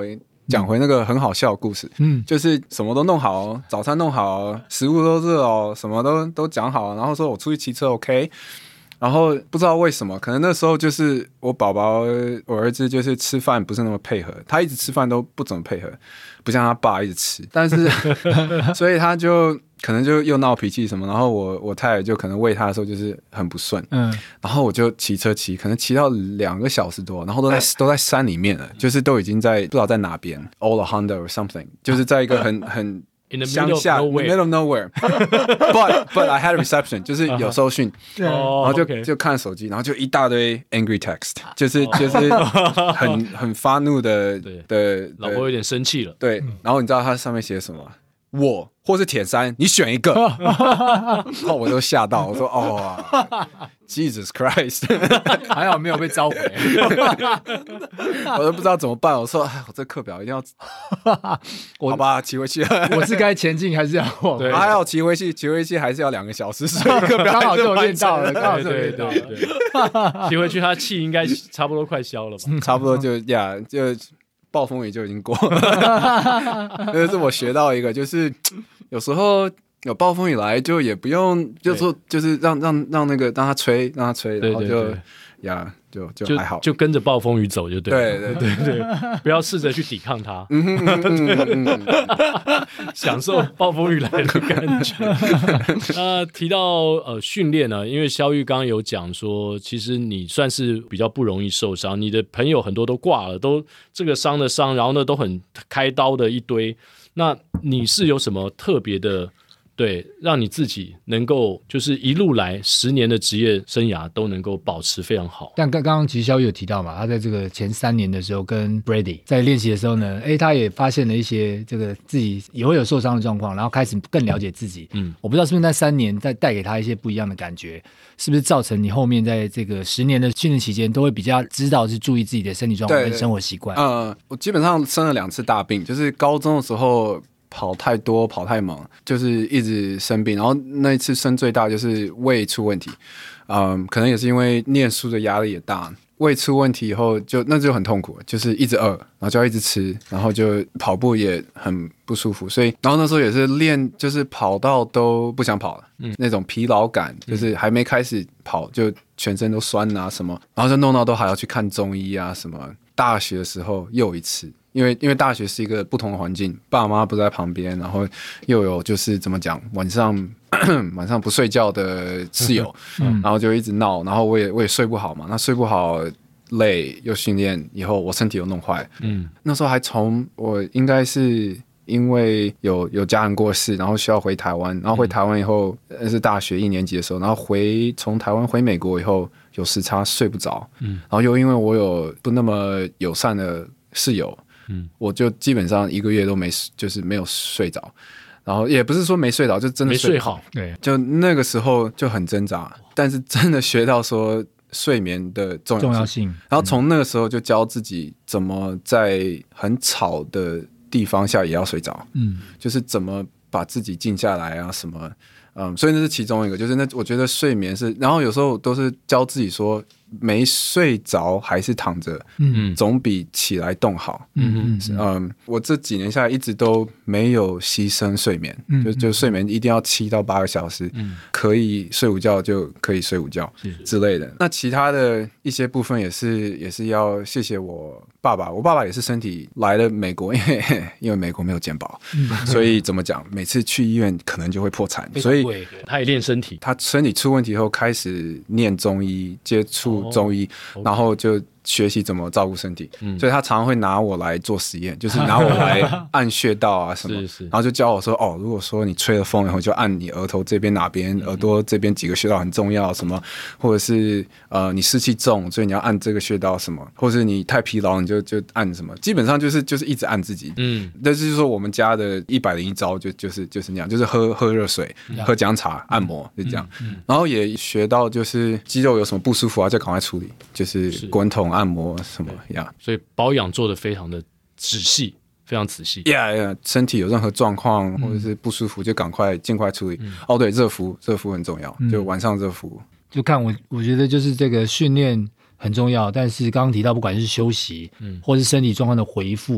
[SPEAKER 4] 讲回那个很好笑的故事，就是什么都弄好，早餐弄好，食物都热哦，什么都讲好，然后说我出去骑车 OK， 然后不知道为什么，可能那时候就是我儿子就是吃饭不是那么配合，他一直吃饭都不怎么配合，不像他爸一直吃，但是所以他就可能就又闹脾气什么，然后我太太就可能喂他的时候就是很不顺，然后我就骑车可能骑到2个小时多，然后都在山里面了，就是都已经在不知道在哪边 Ola Honda or something， 就是在一个很乡下 in the middle of nowhere but I had a reception 就是有收讯，然后就看手机，然后就一大堆 angry text， 就是很发怒的
[SPEAKER 1] 老婆有点生气了，
[SPEAKER 4] 对，然后你知道他上面写什么？我或是铁三，你选一个。然后我都吓到，我说Jesus Christ，
[SPEAKER 2] 还好没有被召回，
[SPEAKER 4] 我都不知道怎么办。我说我这课表一定要，好吧，骑回去。
[SPEAKER 2] 我是该前进还是要往？
[SPEAKER 4] 对，还好骑回去还是要2个小时，所以课表
[SPEAKER 2] 刚好就练到了，刚好就练到了。
[SPEAKER 1] 骑回去他气应该差不多快消了吧？
[SPEAKER 4] 差不多就暴风雨就已经过了。这是我学到一个，就是有时候有暴风雨来，就也不用就说就是让他吹，然后就还好，
[SPEAKER 1] 就跟着暴风雨走就对了。对，不要试着去抵抗它，享受暴风雨来的感觉。提到训练呢，因为萧玉刚有讲说，其实你算是比较不容易受伤，你的朋友很多都挂了，都这个伤的伤，然后呢都很开刀的一堆。那你是有什么特别的？对，让你自己能够就是一路来10年的职业生涯都能够保持非常好。
[SPEAKER 2] 但刚刚其实萧玉有提到嘛，他在这个前3年的时候跟 Brady 在练习的时候呢，他也发现了一些这个自己也会有受伤的状况，然后开始更了解自己。我不知道是不是那3年在带给他一些不一样的感觉，是不是造成你后面在这个10年的训练期间都会比较知道是注意自己的身体状况跟生活习惯。
[SPEAKER 4] 我基本上生了2次大病，就是高中的时候跑太多跑太忙，就是一直生病，然后那一次生最大就是胃出问题，可能也是因为念书的压力也大，胃出问题以后那就很痛苦，就是一直饿，然后就要一直吃，然后就跑步也很不舒服，所以然后那时候也是练，就是跑到都不想跑了，那种疲劳感，就是还没开始跑就全身都酸啊什么，然后就弄到都还要去看中医啊什么。大学的时候又一次，因为大学是一个不同的环境，爸妈不在旁边，然后又有就是怎么讲，晚上不睡觉的室友，然后就一直闹，然后我也睡不好嘛，那睡不好累又训练以后，我身体又弄坏，那时候还我应该是因为有家人过世，然后需要回台湾，然后回台湾以后是大学1年级的时候，然后从台湾回美国以后有时差睡不着，然后又因为我有不那么友善的室友，我就基本上1个月都没有睡着，然后也不是说没睡着，就真的睡不好，
[SPEAKER 2] 对，
[SPEAKER 4] 就那个时候就很挣扎，但是真的学到说睡眠的重要性，然后从那个时候就教自己怎么在很吵的地方下也要睡着，就是怎么把自己静下来啊什么，所以那是其中一个，就是我觉得睡眠是，然后有时候都是教自己说，没睡着还是躺着，总比起来动好，我这几年下来一直都没有牺牲睡眠，就睡眠一定要7到8个小时，可以睡午觉就可以睡午觉之类的。那其他的一些部分也是要谢谢我爸爸，我爸爸也是身体来了美国，因为美国没有健保，所以怎么讲，每次去医院可能就会破产，所以
[SPEAKER 1] 他也练身体，
[SPEAKER 4] 他身体出问题后开始念中医，接触中医，然后就学习怎么照顾身体，所以他常常会拿我来做实验，就是拿我来按穴道啊什么，然后就教我说如果说你吹了风以后，就按你额头这边哪边，耳朵这边几个穴道很重要什么，或者是你湿气重，所以你要按这个穴道什么，或者是你太疲劳你就按什么，基本上就是一直按自己，但是就是说我们家的101招就是那样，就是喝热水，喝姜茶，按摩就这样，然后也学到就是肌肉有什么不舒服啊，就赶快处理，就是滚筒按摩什么呀，
[SPEAKER 1] 所以保养做得非常的仔细，非常仔细。
[SPEAKER 4] 身体有任何状况或者是不舒服，就尽快处理。对，热敷很重要，就晚上热敷。
[SPEAKER 2] 就看我觉得就是这个训练很重要，但是刚刚提到不管是休息，或是身体状况的恢复，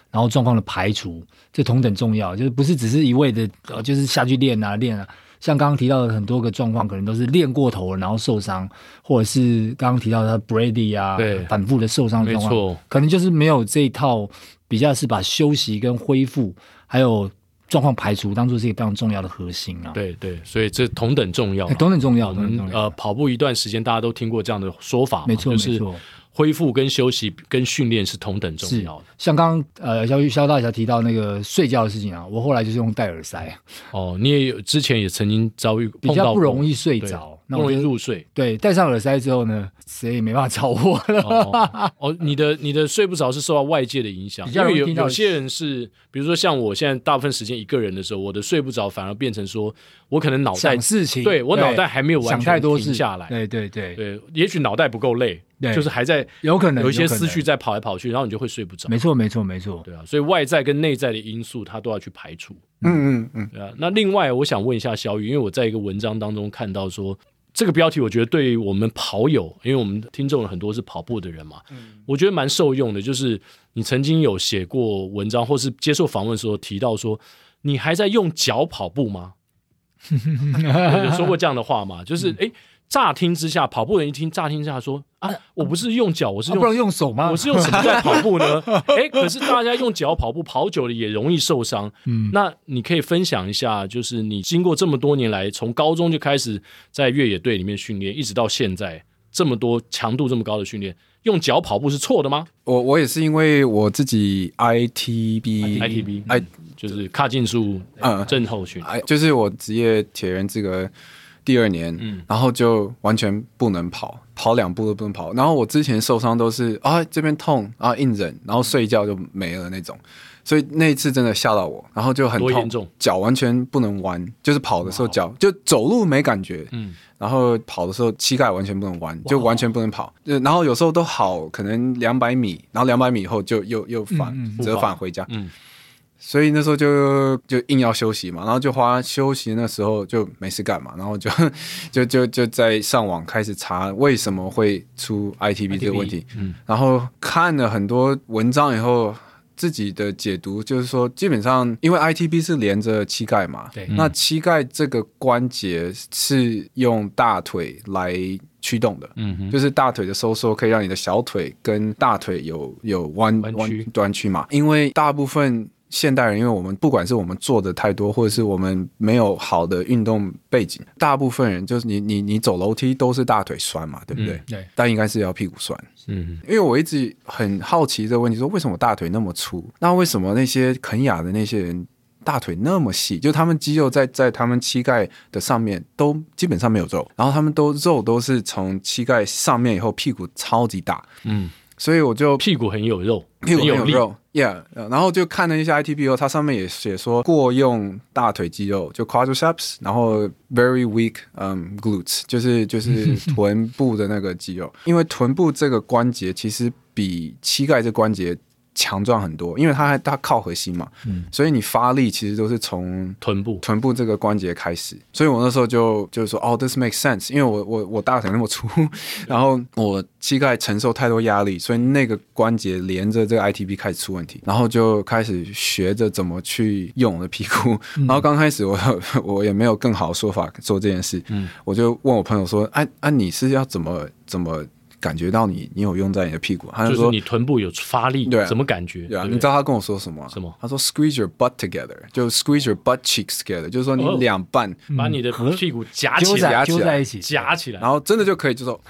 [SPEAKER 2] 然后状况的排除，这同等重要，就是不是只是一味的就是下去练啊。像刚刚提到的很多个状况，可能都是练过头了，然后受伤，或者是刚刚提到的 Brady 啊，反复的受伤的状况，可能就是没有这一套，比较是把休息跟恢复还有状况排除当作是一个非常重要的核心啊。
[SPEAKER 1] 对对，所以这同等重要，
[SPEAKER 2] 同等重要。
[SPEAKER 1] 跑步一段时间，大家都听过这样的说法嘛，
[SPEAKER 2] 没错，
[SPEAKER 1] 就是恢复跟休息跟训练是同等重要的。
[SPEAKER 2] 像刚刚肖大侠提到那个睡觉的事情啊，我后来就是用戴耳塞。
[SPEAKER 1] 哦，你也有之前也曾经遭遇碰到过，
[SPEAKER 2] 比较不容易睡着，
[SPEAKER 1] 不容易入睡。
[SPEAKER 2] 对，戴上耳塞之后呢，谁也没办法吵我了。
[SPEAKER 1] 你的睡不着是受到外界的影响，因为有些人是，比如说像我现在大部分时间一个人的时候，我的睡不着反而变成说我可能脑袋
[SPEAKER 2] 想事情，
[SPEAKER 1] 对我脑袋还没有完全停下来。
[SPEAKER 2] 对，
[SPEAKER 1] 也许脑袋不够累。就是还在
[SPEAKER 2] 有可能
[SPEAKER 1] 有一些思绪在跑来跑去，然后你就会睡不着。
[SPEAKER 2] 没错。
[SPEAKER 1] 对啊，所以外在跟内在的因素，它都要去排除。对啊。那另外，我想问一下小雨，因为我在一个文章当中看到说，这个标题我觉得对于我们跑友，因为我们听众很多是跑步的人嘛，我觉得蛮受用的。就是你曾经有写过文章，或是接受访问的时候提到说，你还在用脚跑步吗？有说过这样的话吗？就是乍听之下，跑步人一听，乍听之下说啊，我不是用脚，我是用
[SPEAKER 2] 不能用手吗？
[SPEAKER 1] 我是用什么在跑步呢？可是大家用脚跑步，跑久了也容易受伤。那你可以分享一下，就是你经过这么多年来，从高中就开始在越野队里面训练，一直到现在这么多强度这么高的训练，用脚跑步是错的吗？
[SPEAKER 4] 我也是因为我自己 ITB
[SPEAKER 1] 就是髂胫束症候群，
[SPEAKER 4] 就是我职业铁人资格第2年，然后就完全不能跑2步都不能跑。然后我之前受伤都是这边痛硬忍，然后睡觉就没了那种。所以那一次真的吓到我，然后就很痛，脚完全不能弯，就是跑的时候脚就走路没感觉，然后跑的时候膝盖完全不能弯，就完全不能跑。然后有时候都好，可能200米，然后200米以后就又折返回家。所以那时候就硬要休息嘛，然后就花休息那时候就没事干嘛，然后就在上网开始查为什么会出 ITB 这个问题，然后看了很多文章以后，自己的解读就是说，基本上因为 ITB 是连着膝盖嘛，那膝盖这个关节是用大腿来驱动的，就是大腿的收缩可以让你的小腿跟大腿有弯曲嘛，因为大部分现代人，因为我们不管是我们做的太多，或者是我们没有好的运动背景，大部分人就是你走楼梯都是大腿酸嘛，对不对？对，但应该是要屁股酸。因为我一直很好奇这个问题，说为什么大腿那么粗？那为什么那些肯亚的那些人大腿那么细？就他们肌肉在他们膝盖的上面都基本上没有肉，然后他们肉都是从膝盖上面以后屁股超级大。所以我就
[SPEAKER 1] 屁股很有肉，
[SPEAKER 4] 屁股很有肉 ，yeah。然后就看了一下 ITB 后，它上面也写说过用大腿肌肉，就 quadriceps， 然后 very weak glutes， 就是臀部的那个肌肉，因为臀部这个关节其实比膝盖这关节强壮很多，因为它靠核心嘛，所以你发力其实都是从臀部这个关节开始。所以我那时候就是说this makes sense， 因为我大腿那么粗，然后我膝盖承受太多压力，所以那个关节连着这个 ITB 开始出问题，然后就开始学着怎么去用我的屁股。然后刚开始我也没有更好的说法做这件事，我就问我朋友说，你是要怎么感觉到你有用在你的屁股？他就说
[SPEAKER 1] 你臀部有发力，怎么感觉？
[SPEAKER 4] 对啊，你知道他跟我说什么？什么？他说 squeeze your butt together， 就 squeeze your butt cheeks together， 就是说你两半
[SPEAKER 1] 把你的屁股夹起来，
[SPEAKER 4] 然后真的就可以就说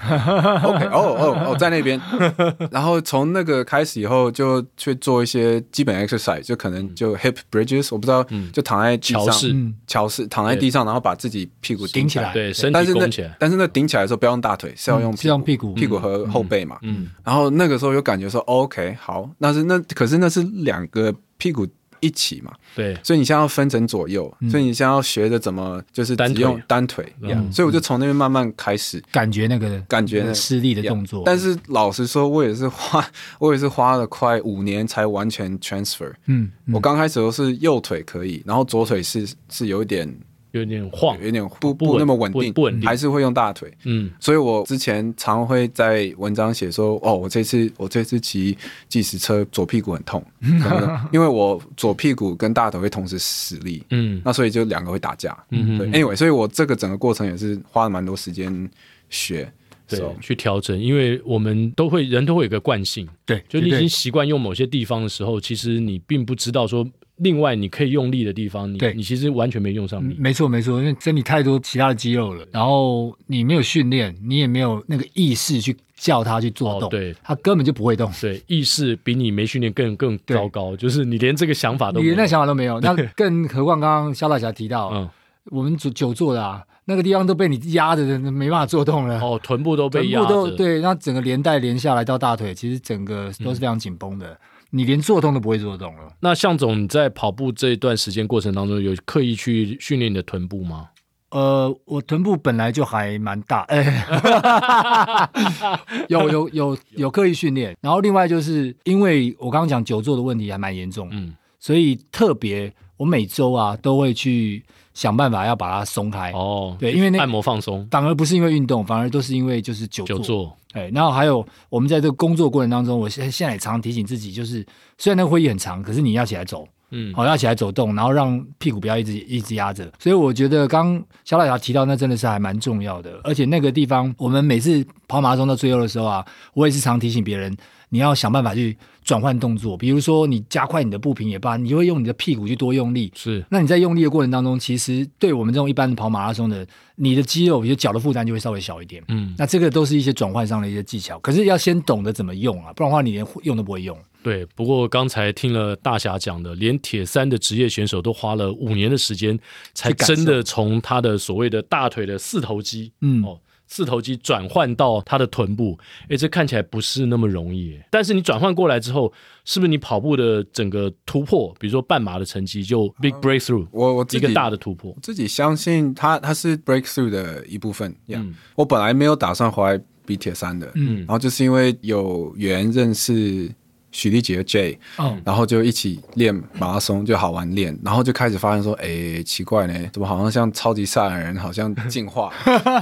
[SPEAKER 4] OK 在那边，然后从那个开始以后就去做一些基本 exercise， 就可能就 hip bridges， 我不知道，就躺在地上，桥式躺在地上，然后把自己屁股顶起来，
[SPEAKER 1] 对，身体拱起来。
[SPEAKER 4] 但是那顶起来的时候不要用大腿，是要用屁股和后背嘛，然后那个时候有感觉说 OK 好，可是那是两个屁股一起嘛，
[SPEAKER 1] 对，
[SPEAKER 4] 所以你现在要分成左右，所以你现在要学着怎么就是只用单腿，所以我就从那边慢慢开始
[SPEAKER 2] 感觉那个施力的动作。
[SPEAKER 4] 但是老实说，我也是花了快5年才完全 transfer。我刚开始都是右腿可以，然后左腿是有一点
[SPEAKER 1] 有点晃，
[SPEAKER 4] 有点不那么稳定，
[SPEAKER 1] 不稳定，
[SPEAKER 4] 还是会用大腿。所以我之前常会在文章写说，我这次骑计时车左屁股很痛，因为我左屁股跟大腿会同时使力，那所以就两个会打架。对 ，anyway， 所以我这个整个过程也是花了蛮多时间学。
[SPEAKER 1] 对，去调整，因为我们人都会有一个惯性，
[SPEAKER 2] 对，
[SPEAKER 1] 就你已经习惯用某些地方的时候，其实你并不知道说，另外你可以用力的地方，你其实完全没用上力。
[SPEAKER 2] 没错，因为身体太多其他的肌肉了，然后你没有训练，你也没有那个意识去叫他去做动，
[SPEAKER 1] 对，
[SPEAKER 2] 他根本就不会动。
[SPEAKER 1] 对，意识比你没训练更糟糕，就是你连这个想法都没有，
[SPEAKER 2] 你连那想法都没有，那更何况刚刚萧大侠提到，我们久坐的啊。那个地方都被你压着，没办法做动了。
[SPEAKER 1] 臀部都被压着。
[SPEAKER 2] 对，那整个连带连下来到大腿，其实整个都是非常紧绷的。你连做动都不会做动了。
[SPEAKER 1] 那向总，你在跑步这一段时间过程当中，有刻意去训练你的臀部吗？
[SPEAKER 2] 我臀部本来就还蛮大，有刻意训练。然后另外就是因为我刚刚讲久坐的问题还蛮严重，所以特别我每周啊都会去想办法要把它松开。对，因为
[SPEAKER 1] 按摩放松，
[SPEAKER 2] 反而不是因为运动，反而都是因为就是久坐。然后还有我们在这个工作过程当中，我现在也常提醒自己，就是虽然那个会议很长，可是你要起来走。要起来走动，然后让屁股不要一直压着。所以我觉得刚萧大侠提到那真的是还蛮重要的，而且那个地方我们每次跑马拉松到最后的时候啊，我也是常提醒别人，你要想办法去转换动作，比如说你加快你的步频也罢，你就会用你的屁股去多用力。
[SPEAKER 1] 是，
[SPEAKER 2] 那你在用力的过程当中，其实对我们这种一般的跑马拉松的，你的肌肉比如脚的负担就会稍微小一点。那这个都是一些转换上的一些技巧，可是要先懂得怎么用啊，不然的话你连用都不会用。
[SPEAKER 1] 对，不过刚才听了大侠讲的，连铁三的职业选手都花了5年的时间，才真的从他的所谓的大腿的四头肌，四头肌转换到他的臀部，这看起来不是那么容易。但是你转换过来之后，是不是你跑步的整个突破，比如说半马的成绩就 big breakthrough，
[SPEAKER 4] 我
[SPEAKER 1] 一个大的突破。
[SPEAKER 4] 自己相信它是 breakthrough 的一部分。我本来没有打算回来比铁三的，然后就是因为有缘认识许立杰 J， 然后就一起练马拉松，就好玩练，然后就开始发现说，奇怪呢，怎么好像像超级赛亚人，好像进化，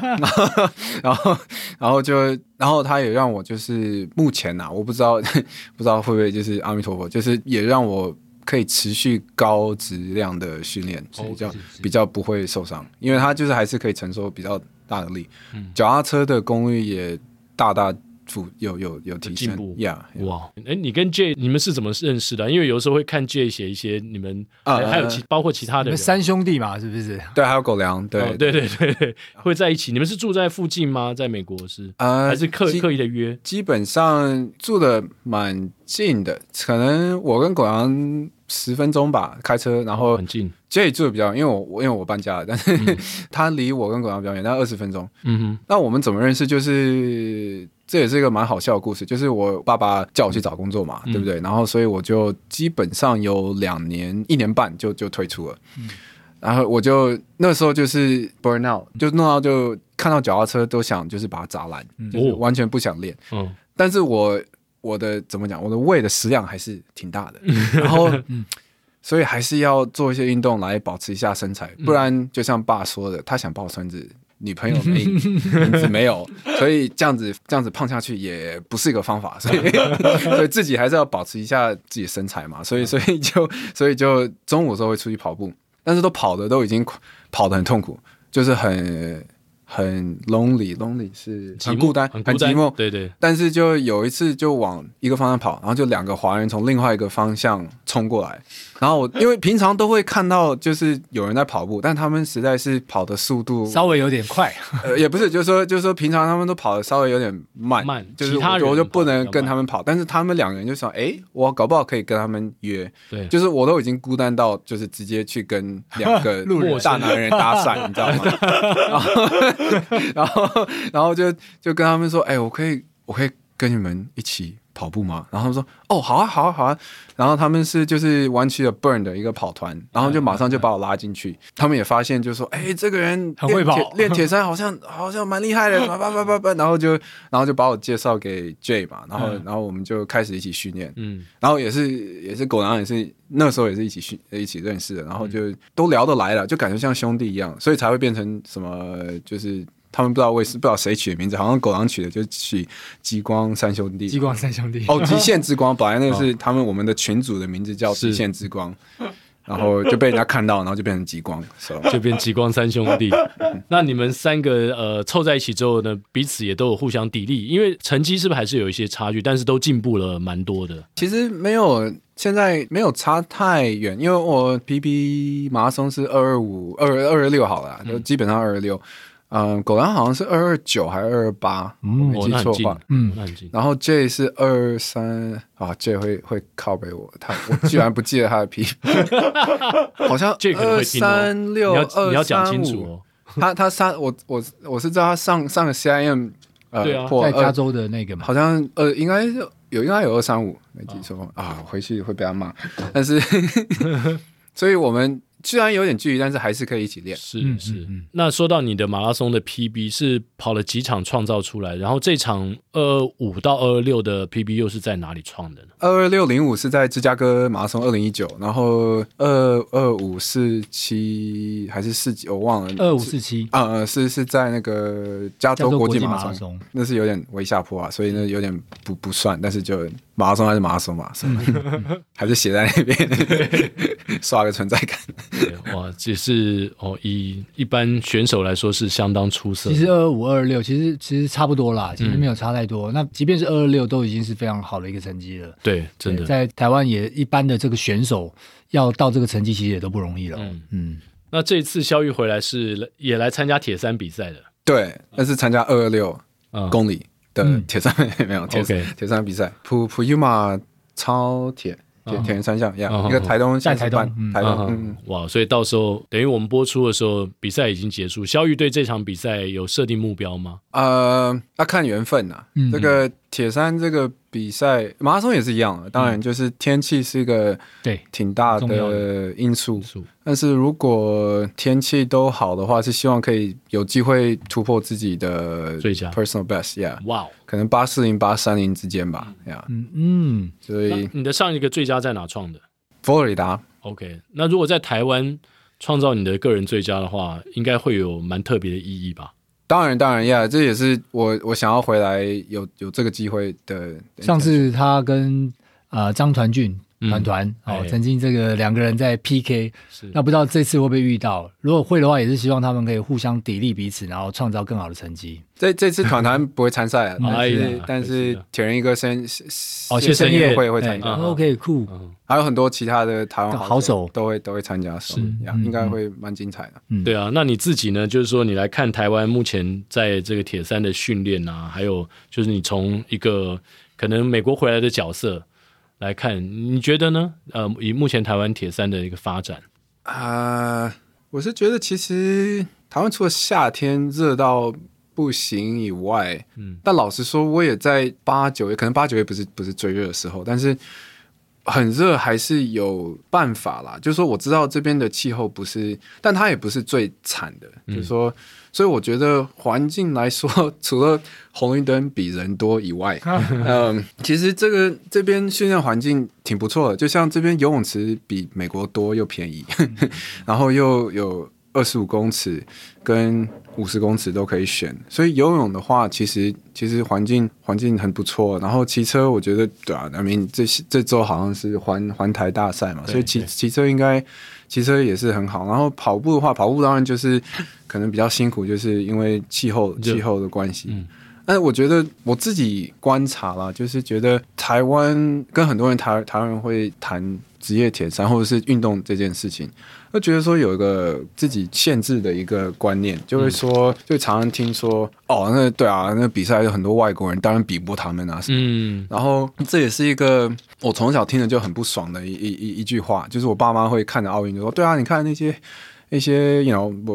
[SPEAKER 4] 然后他也让我就是目前啊，我不知道会不会就是阿弥陀佛，就是也让我可以持续高质量的训练，比较不会受伤，因为他就是还是可以承受比较大的力，脚踏车的功率也大有提升
[SPEAKER 1] 进步
[SPEAKER 4] 哇！
[SPEAKER 1] 你跟 J 你们是怎么认识的？因为有时候会看 J 写一些你们还有包括其他的人，
[SPEAKER 2] 三兄弟嘛，是不是？
[SPEAKER 4] 对，还有狗粮，对，
[SPEAKER 1] 会在一起。你们是住在附近吗？在美国是还是刻意的约？
[SPEAKER 4] 基本上住的蛮近的，可能我跟狗粮10分钟吧，开车，然后
[SPEAKER 1] 很近。
[SPEAKER 4] J 住的比较远，因为我搬家了，但是他离我跟狗粮比较远，大概20分钟。那我们怎么认识？就是这也是一个蛮好笑的故事，就是我爸爸叫我去找工作嘛，对不对？然后所以我就基本上有1年半就退出了。然后我就那时候就是 burn out， 就弄到就看到脚踏车都想就是把它砸烂，就是完全不想练。但是我的怎么讲，我的胃的食量还是挺大的，然后所以还是要做一些运动来保持一下身材，不然就像爸说的，他想抱孙子，女朋友名字没有，所以这样子胖下去也不是一个方法，所以自己还是要保持一下自己的身材嘛，所以就中午的时候会出去跑步，但是都已经跑得很痛苦，就是很 lonely 是很孤单很寂寞，
[SPEAKER 1] 对。
[SPEAKER 4] 但是就有一次就往一个方向跑，然后就2个华人从另外一个方向冲过来，然后因为平常都会看到就是有人在跑步，但他们实在是跑的速度
[SPEAKER 2] 稍微有点快，
[SPEAKER 4] 也不是，就是说平常他们都跑的稍微有点慢，就是我就不能跟他们跑，但是他们2个人就想，我搞不好可然可以跟他们约，对，就是我都已经孤单到就是直接去跟2个大男人搭讪，你知道吗？然后就跟他们说，我可以跟你们一起跑步吗？然后他们说哦，好啊，好啊，好啊。然后他们是就是湾区的 Burn 的一个跑团，然后就马上就把我拉进去。他们也发现就说，哎，这个人
[SPEAKER 2] 很会跑，
[SPEAKER 4] 练铁三好像蛮厉害的，然后就把我介绍给 Jay 嘛，然后我们就开始一起训练，然后也是狗狼也是那时候也是一起认识的，然后就都聊得来了，就感觉像兄弟一样，所以才会变成什么就是。他们不知道谁取的名字，好像狗狼取的，就取极光三兄弟。
[SPEAKER 2] 极光三兄弟
[SPEAKER 4] 哦，极限之光，本来那个是我们的群组的名字叫极限之光，然后就被人家看到，然后就变成极光，
[SPEAKER 1] 就变极光三兄弟。那你们三个凑在一起之后呢，彼此也都有互相砥砺，因为成绩是不是还是有一些差距，但是都进步了蛮多的。
[SPEAKER 4] 其实没有。现在没有差太远，因为我 PB 马拉松是225、226好了，就基本上226。狗狼好像是229还是228，没记错话。然后 J 是23啊 ，J 会靠北我，我居然不记得他的 PB， 好像236、
[SPEAKER 1] 你要讲清楚哦。
[SPEAKER 4] 我是知道他上个 CIM，
[SPEAKER 2] 对啊，在加州的那个嘛，
[SPEAKER 4] 好像应该有235，没记错啊，回去会被他骂。但是，所以我们。虽然有点距离，但是还是可以一起练。
[SPEAKER 1] 是。那说到你的马拉松的 PB 是跑了几场创造出来，然后这场225到226的 PB 又是在哪里创的呢
[SPEAKER 4] ？22605是在芝加哥马拉松2019，然后22547还是49我忘了。
[SPEAKER 2] 2547
[SPEAKER 4] 是在那个加州国际马拉松，那是有点微下坡啊，所以那有点不算，但是就马拉松还是马拉松嘛，还是写在那边刷个存在感。
[SPEAKER 1] 哇，这是以一般选手来说是相当出色。
[SPEAKER 2] 其实225、226其实差不多啦，其实没有差太多。那即便是226都已经是非常好的一个成绩了。
[SPEAKER 1] 对，真的
[SPEAKER 2] 在台湾也一般的这个选手要到这个成绩其实也都不容易了。
[SPEAKER 1] 那这一次萧玉回来是也来参加铁三比赛的。
[SPEAKER 4] 对，那是参加226公里的铁三没有铁三比赛，普悠玛超铁。铁人三项一个台东，
[SPEAKER 2] 在台东，
[SPEAKER 1] 哇！所以到时候等于我们播出的时候，比赛已经结束。萧玉对这场比赛有设定目标吗？
[SPEAKER 4] 要看缘分呐。这个铁三这个比赛，马拉松也是一样的。当然，就是天气是一个挺大的因素。但是如果天气都好的话，是希望可以有机会突破自己的
[SPEAKER 1] 最佳
[SPEAKER 4] personal best，
[SPEAKER 1] 哇，
[SPEAKER 4] 可能840、830之间吧，所以
[SPEAKER 1] 你的上一个最佳在哪创的？
[SPEAKER 4] 佛罗里达。
[SPEAKER 1] OK， 那如果在台湾创造你的个人最佳的话，应该会有蛮特别的意义吧？
[SPEAKER 4] 当然这也是我想要回来有这个机会的。
[SPEAKER 2] 上次他跟张团俊团曾经这个两个人在 PK， 那不知道这次会不会遇到？如果会的话，也是希望他们可以互相砥砺彼此，然后创造更好的成绩。
[SPEAKER 4] 这次团不会参赛，但是铁人一个深夜会参加。
[SPEAKER 2] OK， 酷。
[SPEAKER 4] 还有很多其他的台湾
[SPEAKER 2] 好手
[SPEAKER 4] 都会参加，应该会蛮精彩的。
[SPEAKER 1] 对啊，那你自己呢？就是说你来看台湾目前在这个铁三的训练啊，还有就是你从一个可能美国回来的角色来看，你觉得呢？以目前台湾铁三的一个发展
[SPEAKER 4] 我是觉得其实台湾除了夏天热到不行以外，但老实说，我也在8、9月，可能8、9月不是最热的时候，但是很热还是有办法啦。就是说，我知道这边的气候不是，但它也不是最惨的，就是说。所以我觉得环境来说，除了红绿灯比人多以外，其实这边训练环境挺不错的。就像这边游泳池比美国多又便宜，然后又有25公尺跟50公尺都可以选。所以游泳的话，其实环境很不错。然后骑车，我觉得对啊，这周好像是环台大赛嘛，所以骑车应该。骑车也是很好，然后跑步的话，跑步当然就是可能比较辛苦，就是因为气候的关系。但我觉得我自己观察啦，就是觉得台湾跟很多人台湾人会谈职业铁三或者是运动这件事情，就觉得说有一个自己限制的一个观念，就会说，就常常听说那对啊，那比赛有很多外国人，当然比不过他们啊什么。然后这也是一个我从小听的就很不爽的一句话，就是我爸妈会看着奥运就说，对啊，你看那些我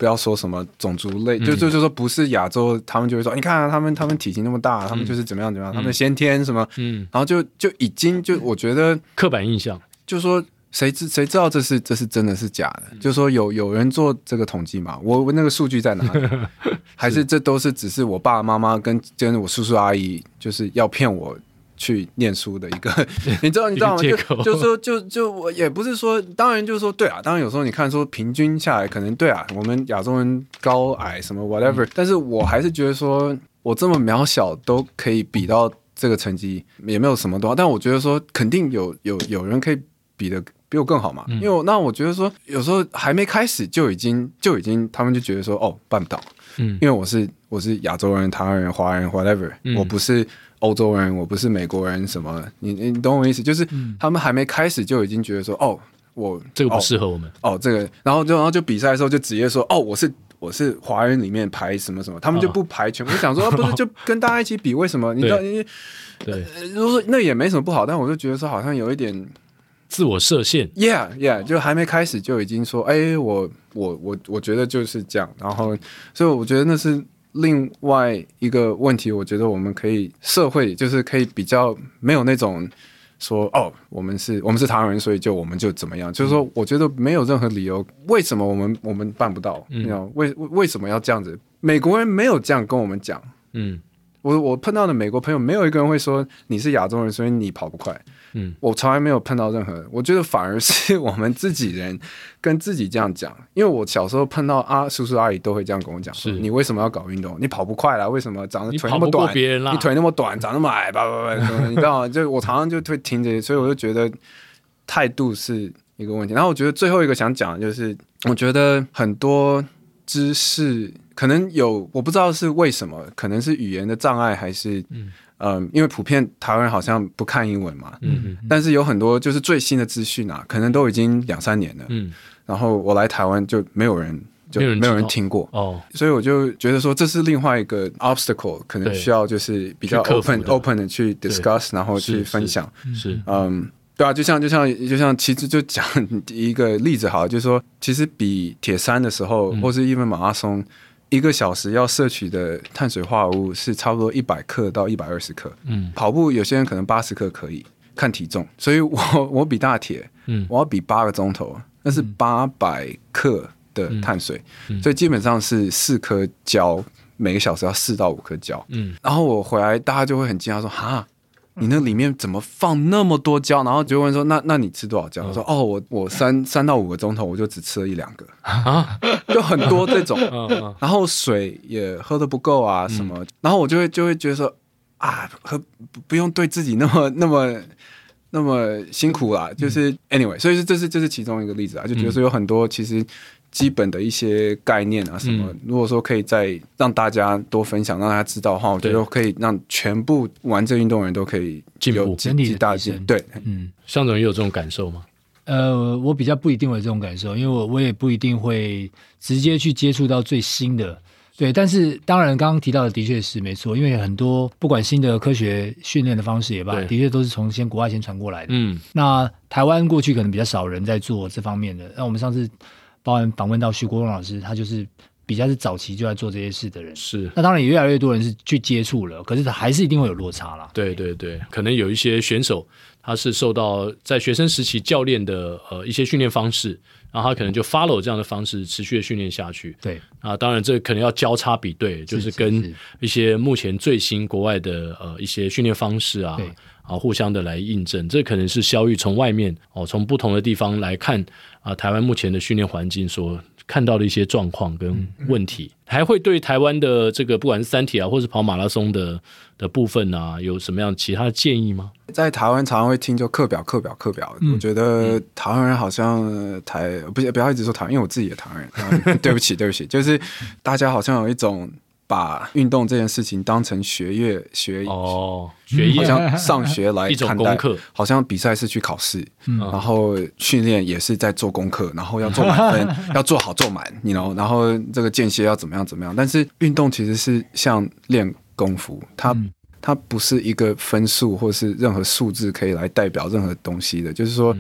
[SPEAKER 4] 不要说什么种族类，就说不是亚洲，他们就会说，你看啊，他们体型那么大，他们就是怎么样怎么样，他们先天什么，然后就已经就我觉得
[SPEAKER 1] 刻板印象，
[SPEAKER 4] 就说谁知道这是真的是假的？就说有人做这个统计嘛，我那个数据在哪里？还是这都是只是我爸爸妈妈跟我叔叔阿姨就是要骗我去念书的一个，你知道吗？就说我也不是说，当然就是说对啊，当然有时候你看说平均下来可能对啊，我们亚洲人高矮什么 whatever，但是我还是觉得说我这么渺小都可以比到这个成绩，也没有什么多，但我觉得说肯定有人可以比我更好嘛，因为我觉得说有时候还没开始就已经他们就觉得说哦办不到，因为我是亚洲人、台湾人、华人 whatever，我不是欧洲人，我不是美国人什么，你懂我意思？就是他们还没开始就已经觉得说哦我
[SPEAKER 1] 这个不适合我们
[SPEAKER 4] 这个，然后就比赛的时候就直接说哦我是华人里面排什么什么，他们就不排全部，就想说不是就跟大家一起比，为什么？你知道？
[SPEAKER 1] 对，
[SPEAKER 4] 如果说那也没什么不好，但我就觉得说好像有一点
[SPEAKER 1] 自我设限
[SPEAKER 4] ，yeah， 就还没开始就已经说，我觉得就是这样，然后所以我觉得那是另外一个问题，我觉得我们可以社会就是可以比较没有那种说我们是台湾人，所以我们就怎么样，就是说我觉得没有任何理由，为什么我们办不到？为什么要这样子？美国人没有这样跟我们讲，我碰到的美国朋友没有一个人会说你是亚洲人，所以你跑不快。我从来没有碰到任何，我觉得反而是我们自己人跟自己这样讲，因为我小时候碰到叔叔阿姨都会这样跟我讲，你为什么要搞运动？你跑不快啦，为什么长得腿那么短？你腿那么短，长那么矮，你知道吗？就我常常就会听着，所以我就觉得态度是一个问题。然后我觉得最后一个想讲的就是，我觉得很多知识可能有，我不知道是为什么，可能是语言的障碍还是。因为普遍台湾人好像不看英文嘛，但是有很多就是最新的资讯啊，可能都已经2-3年了，然后我来台湾就没有人听过，所以我就觉得说这是另外一个 obstacle， 可能需要就是比较 open 的去 discuss， 然后去分享，对啊，就像其实就讲一个例子好了，就是说其实比铁三的时候，或是even马拉松。1个小时要摄取的碳水化合物是差不多100克到120克。跑步有些人可能80克可以，看体重。所以我比大铁，我要比8个钟头，那是800克的碳水，所以基本上是4颗胶，每个小时要4到5颗胶。然后我回来，大家就会很惊讶说：“哈，你那里面怎么放那么多胶？”然后就问说：“那你吃多少胶？”我说：“我3到5个钟头，我就只吃了1-2个。”就很多这种，然后水也喝得不够啊什么，然后我就会觉得说不用对自己那么辛苦啦，就是 anyway， 所以这是其中一个例子啊，就觉得说有很多其实基本的一些概念啊什么，如果说可以再让大家多分享，让大家知道的话，我觉得可以让全部玩这运动的人都可以
[SPEAKER 1] 进步，
[SPEAKER 2] 整体
[SPEAKER 4] 大进。对，
[SPEAKER 1] 向总也有这种感受吗？
[SPEAKER 2] 我比较不一定会有这种感受，因为我也不一定会直接去接触到最新的。对，但是当然刚刚提到的的确是没错，因为很多不管新的科学训练的方式也罢，的确都是从国外先传过来的。那台湾过去可能比较少人在做这方面的，那我们上次包含访问到徐国荣老师，他就是比较是早期就在做这些事的人。是，那当然也越来越多人是去接触了，可是还是一定会有落差啦。
[SPEAKER 1] 对，可能有一些选手他是受到在学生时期教练的一些训练方式，然后他可能就 follow 这样的方式持续的训练下去。对啊，当然这可能要交叉比对，就是跟一些目前最新国外的一些训练方式啊，互相的来印证。这可能是萧玉从外面从不同的地方来看台湾目前的训练环境所看到的一些状况跟问题，还会对台湾的这个不管是三铁啊，或是跑马拉松的部分啊，有什么样其他的建议吗？
[SPEAKER 4] 在台湾常常会听就课表，我觉得台湾人好像不要一直说台湾，因为我自己也台湾人，对不起，就是大家好像有一种把运动这件事情当成学业，好像上学来看待，好像比赛是去考试，然后训练也是在做功课，然后要做满分，要做好做满，然后这个间歇要怎么样，但是运动其实是像练功夫，它不是一个分数或是任何数字可以来代表任何东西的，就是说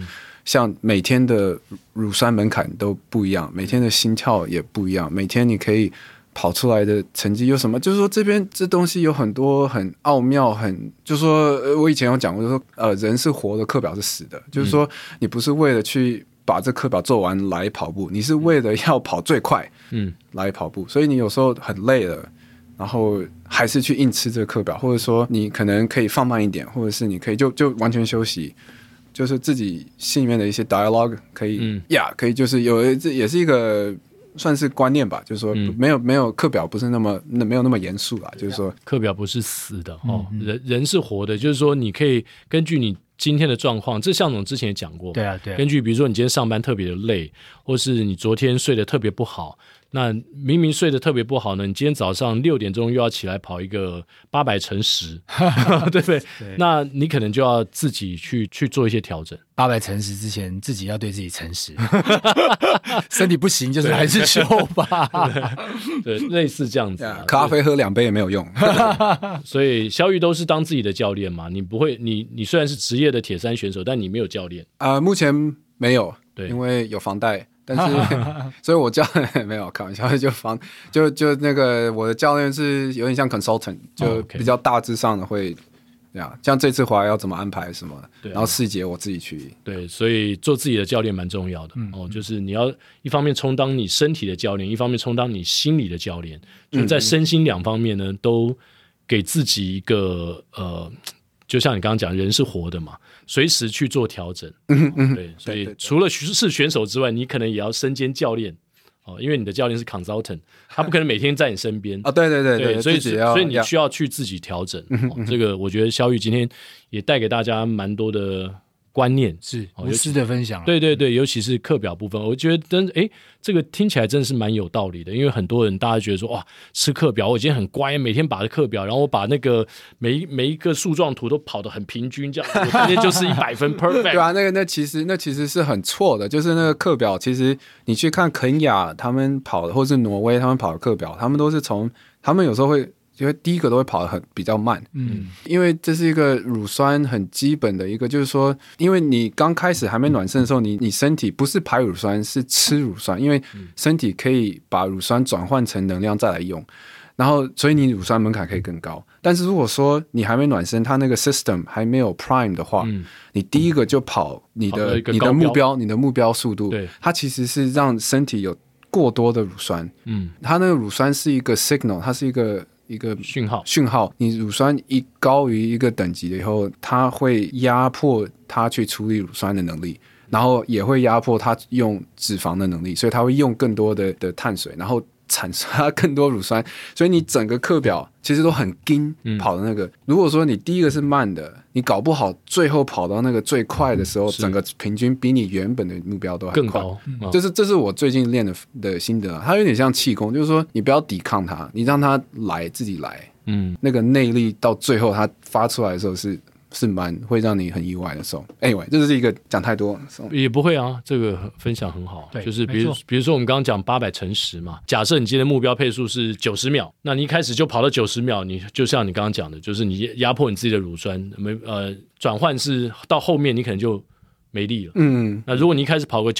[SPEAKER 4] 像每天的乳酸门槛都不一样，每天的心跳也不一样，每天你可以跑出来的成绩有什么？就是说这边这东西有很多很奥妙，就是说我以前有讲过，就是说人是活的，课表是死的，就是说你不是为了去把这课表做完来跑步，你是为了要跑最快，来跑步，所以你有时候很累了，然后还是去硬吃这个课表，或者说你可能可以放慢一点，或者是你可以就完全休息。就是自己心里面的一些 dialogue 可以可以就是这也是一个算是观念吧，就是说没有课表不是没有那么严肃啦，就是说
[SPEAKER 1] 课表不是死的人是活的，就是说你可以根据你今天的状况，这向总之前也讲过，
[SPEAKER 2] 对啊，
[SPEAKER 1] 根据比如说你今天上班特别的累，或是你昨天睡得特别不好，那明明睡得特别不好呢，你今天早上6点钟又要起来跑一个800乘10对不对？那你可能就要自己去做一些调整。
[SPEAKER 2] 800乘10之前自己要对自己诚实身体不行就是还是休吧
[SPEAKER 1] 对，类似这样子
[SPEAKER 4] 咖啡喝2杯也没有用
[SPEAKER 1] 所以萧玉都是当自己的教练嘛，你不会你虽然是职业的铁三选手，但你没有教练
[SPEAKER 4] 目前没有，
[SPEAKER 1] 对，
[SPEAKER 4] 因为有房贷，但是所以我教练没有开玩笑，就那个我的教练是有点像 consultant， 就比较大致上的会像这次回来要怎么安排什么，然后细节我自己去。
[SPEAKER 1] 对，所以做自己的教练蛮重要的就是你要一方面充当你身体的教练，一方面充当你心理的教练，就在身心两方面呢都给自己一个就像你刚刚讲，人是活的嘛，随时去做调整。对，所以除了是选手之外，你可能也要身兼教练因为你的教练是 consultant， 他不可能每天在你身边对，所以你需要去自己调整。这个我觉得萧玉今天也带给大家蛮多的观念，
[SPEAKER 2] 是无私的分享。
[SPEAKER 1] 对，尤其是课表部分，我觉得这个听起来真的是蛮有道理的，因为很多人大家觉得说哇，吃课表我今天很乖，每天把这课表，然后我把那个每一个树状图都跑得很平均，这样我今天就是100分 perfect
[SPEAKER 4] 对啊，那其实是很错的，就是那个课表其实你去看肯亚他们跑的，或是挪威他们跑的课表，他们都是他们有时候会因为第一个都会跑得比较慢，因为这是一个乳酸很基本的一个，就是说，因为你刚开始还没暖身的时候，你身体不是排乳酸，是吃乳酸，因为身体可以把乳酸转换成能量再来用，然后所以你乳酸门槛可以更高。但是如果说你还没暖身，它那个 system 还没有 prime 的话，你第一个就跑你的目标速度，它其实是让身体有过多的乳酸，它那个乳酸是一个 signal， 它是一个讯号，你乳酸一高于一个等级了以后，它会压迫它去处理乳酸的能力，然后也会压迫它用脂肪的能力，所以它会用更多的碳水，然后产生更多乳酸，所以你整个课表其实都很紧跑的那个。如果说你第一个是慢的，你搞不好最后跑到那个最快的时候，整个平均比你原本的目标都还
[SPEAKER 1] 更高。
[SPEAKER 4] 这是我最近练的心得它有点像气功，就是说你不要抵抗它，你让它自己来。那个内力到最后它发出来的时候是蛮会让你很意外的时候。Anyway， 这是一个讲太多
[SPEAKER 1] 也不会啊，这个分享很好。就是比如说我们刚刚讲800乘10嘛，假设你今天的目标配速是90秒，那你一开始就跑到90秒，你就像你刚刚讲的，就是你压迫你自己的乳酸，转换是到后面你可能就没力了。那如果你一开始跑个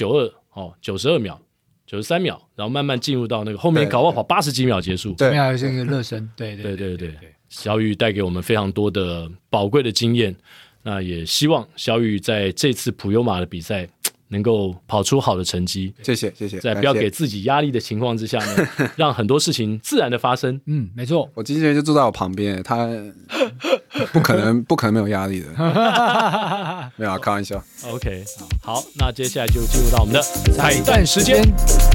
[SPEAKER 1] 92秒。93秒，然后慢慢进入到那个后面，搞不好跑80几秒结束。
[SPEAKER 2] 对，还有这个热身。对。
[SPEAKER 1] 萧玉带给我们非常多的宝贵的经验，那也希望萧玉在这次普悠玛的比赛能够跑出好的成绩。
[SPEAKER 4] 谢谢。
[SPEAKER 1] 在不要给自己压力的情况之下呢，让很多事情自然的发生。
[SPEAKER 2] 没错。
[SPEAKER 4] 我经纪人就坐在我旁边，他不可能没有压力的。没有啊，开玩笑。
[SPEAKER 1] OK， 好，那接下来就进入到我们的彩蛋时间。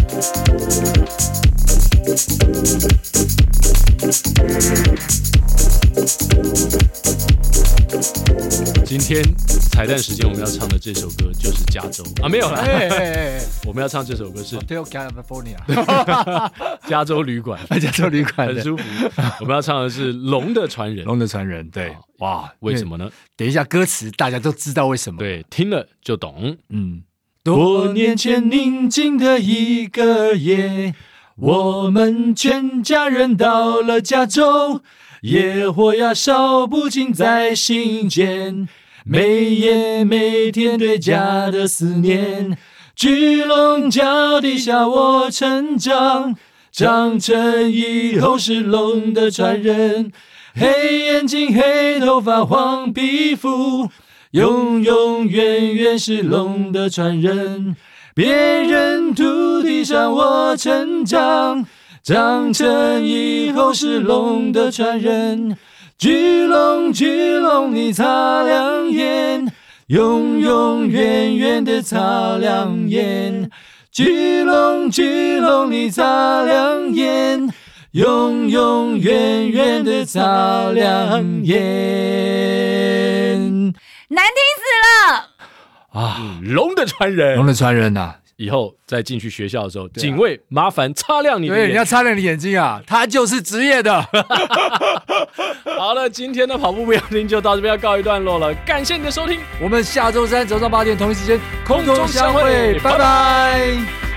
[SPEAKER 1] 今天彩蛋时间我们要唱的这首歌就是加州啊，没有啦，我们要唱这首歌是
[SPEAKER 2] Hotel California
[SPEAKER 1] 加州旅馆，
[SPEAKER 2] 加州旅馆
[SPEAKER 1] 很舒服。我们要唱的是龙的传人，
[SPEAKER 2] 龙的传人，对，哇，
[SPEAKER 1] 为什么呢？
[SPEAKER 2] 等一下歌词大家都知道为什么，
[SPEAKER 1] 对，听了就懂。
[SPEAKER 2] 多年前宁静的一个夜，我们全家人到了加州，野火呀烧不尽在心间， 每夜每天对家的思念。巨龙脚底下我成长，长成以后是龙的传人。黑眼睛黑头发黄皮肤，永永远远是龙的传人。别人土地上我成长，长成以后是龙的传人。巨龙巨龙你擦亮眼，永永远远的擦亮眼。巨龙巨龙你擦亮眼，永永远远的擦亮眼。
[SPEAKER 5] 难听死了
[SPEAKER 1] 啊！龙的传人，
[SPEAKER 2] 龙的传人啊！
[SPEAKER 1] 以后再进去学校的时候，警卫麻烦擦亮你的眼睛。
[SPEAKER 2] 对，你要擦亮你眼睛啊！他就是职业的。
[SPEAKER 1] 好了，今天的跑步不要停就到这边要告一段落了，感谢你的收听，
[SPEAKER 2] 我们下周三早上8点同一时间空中相会，拜拜。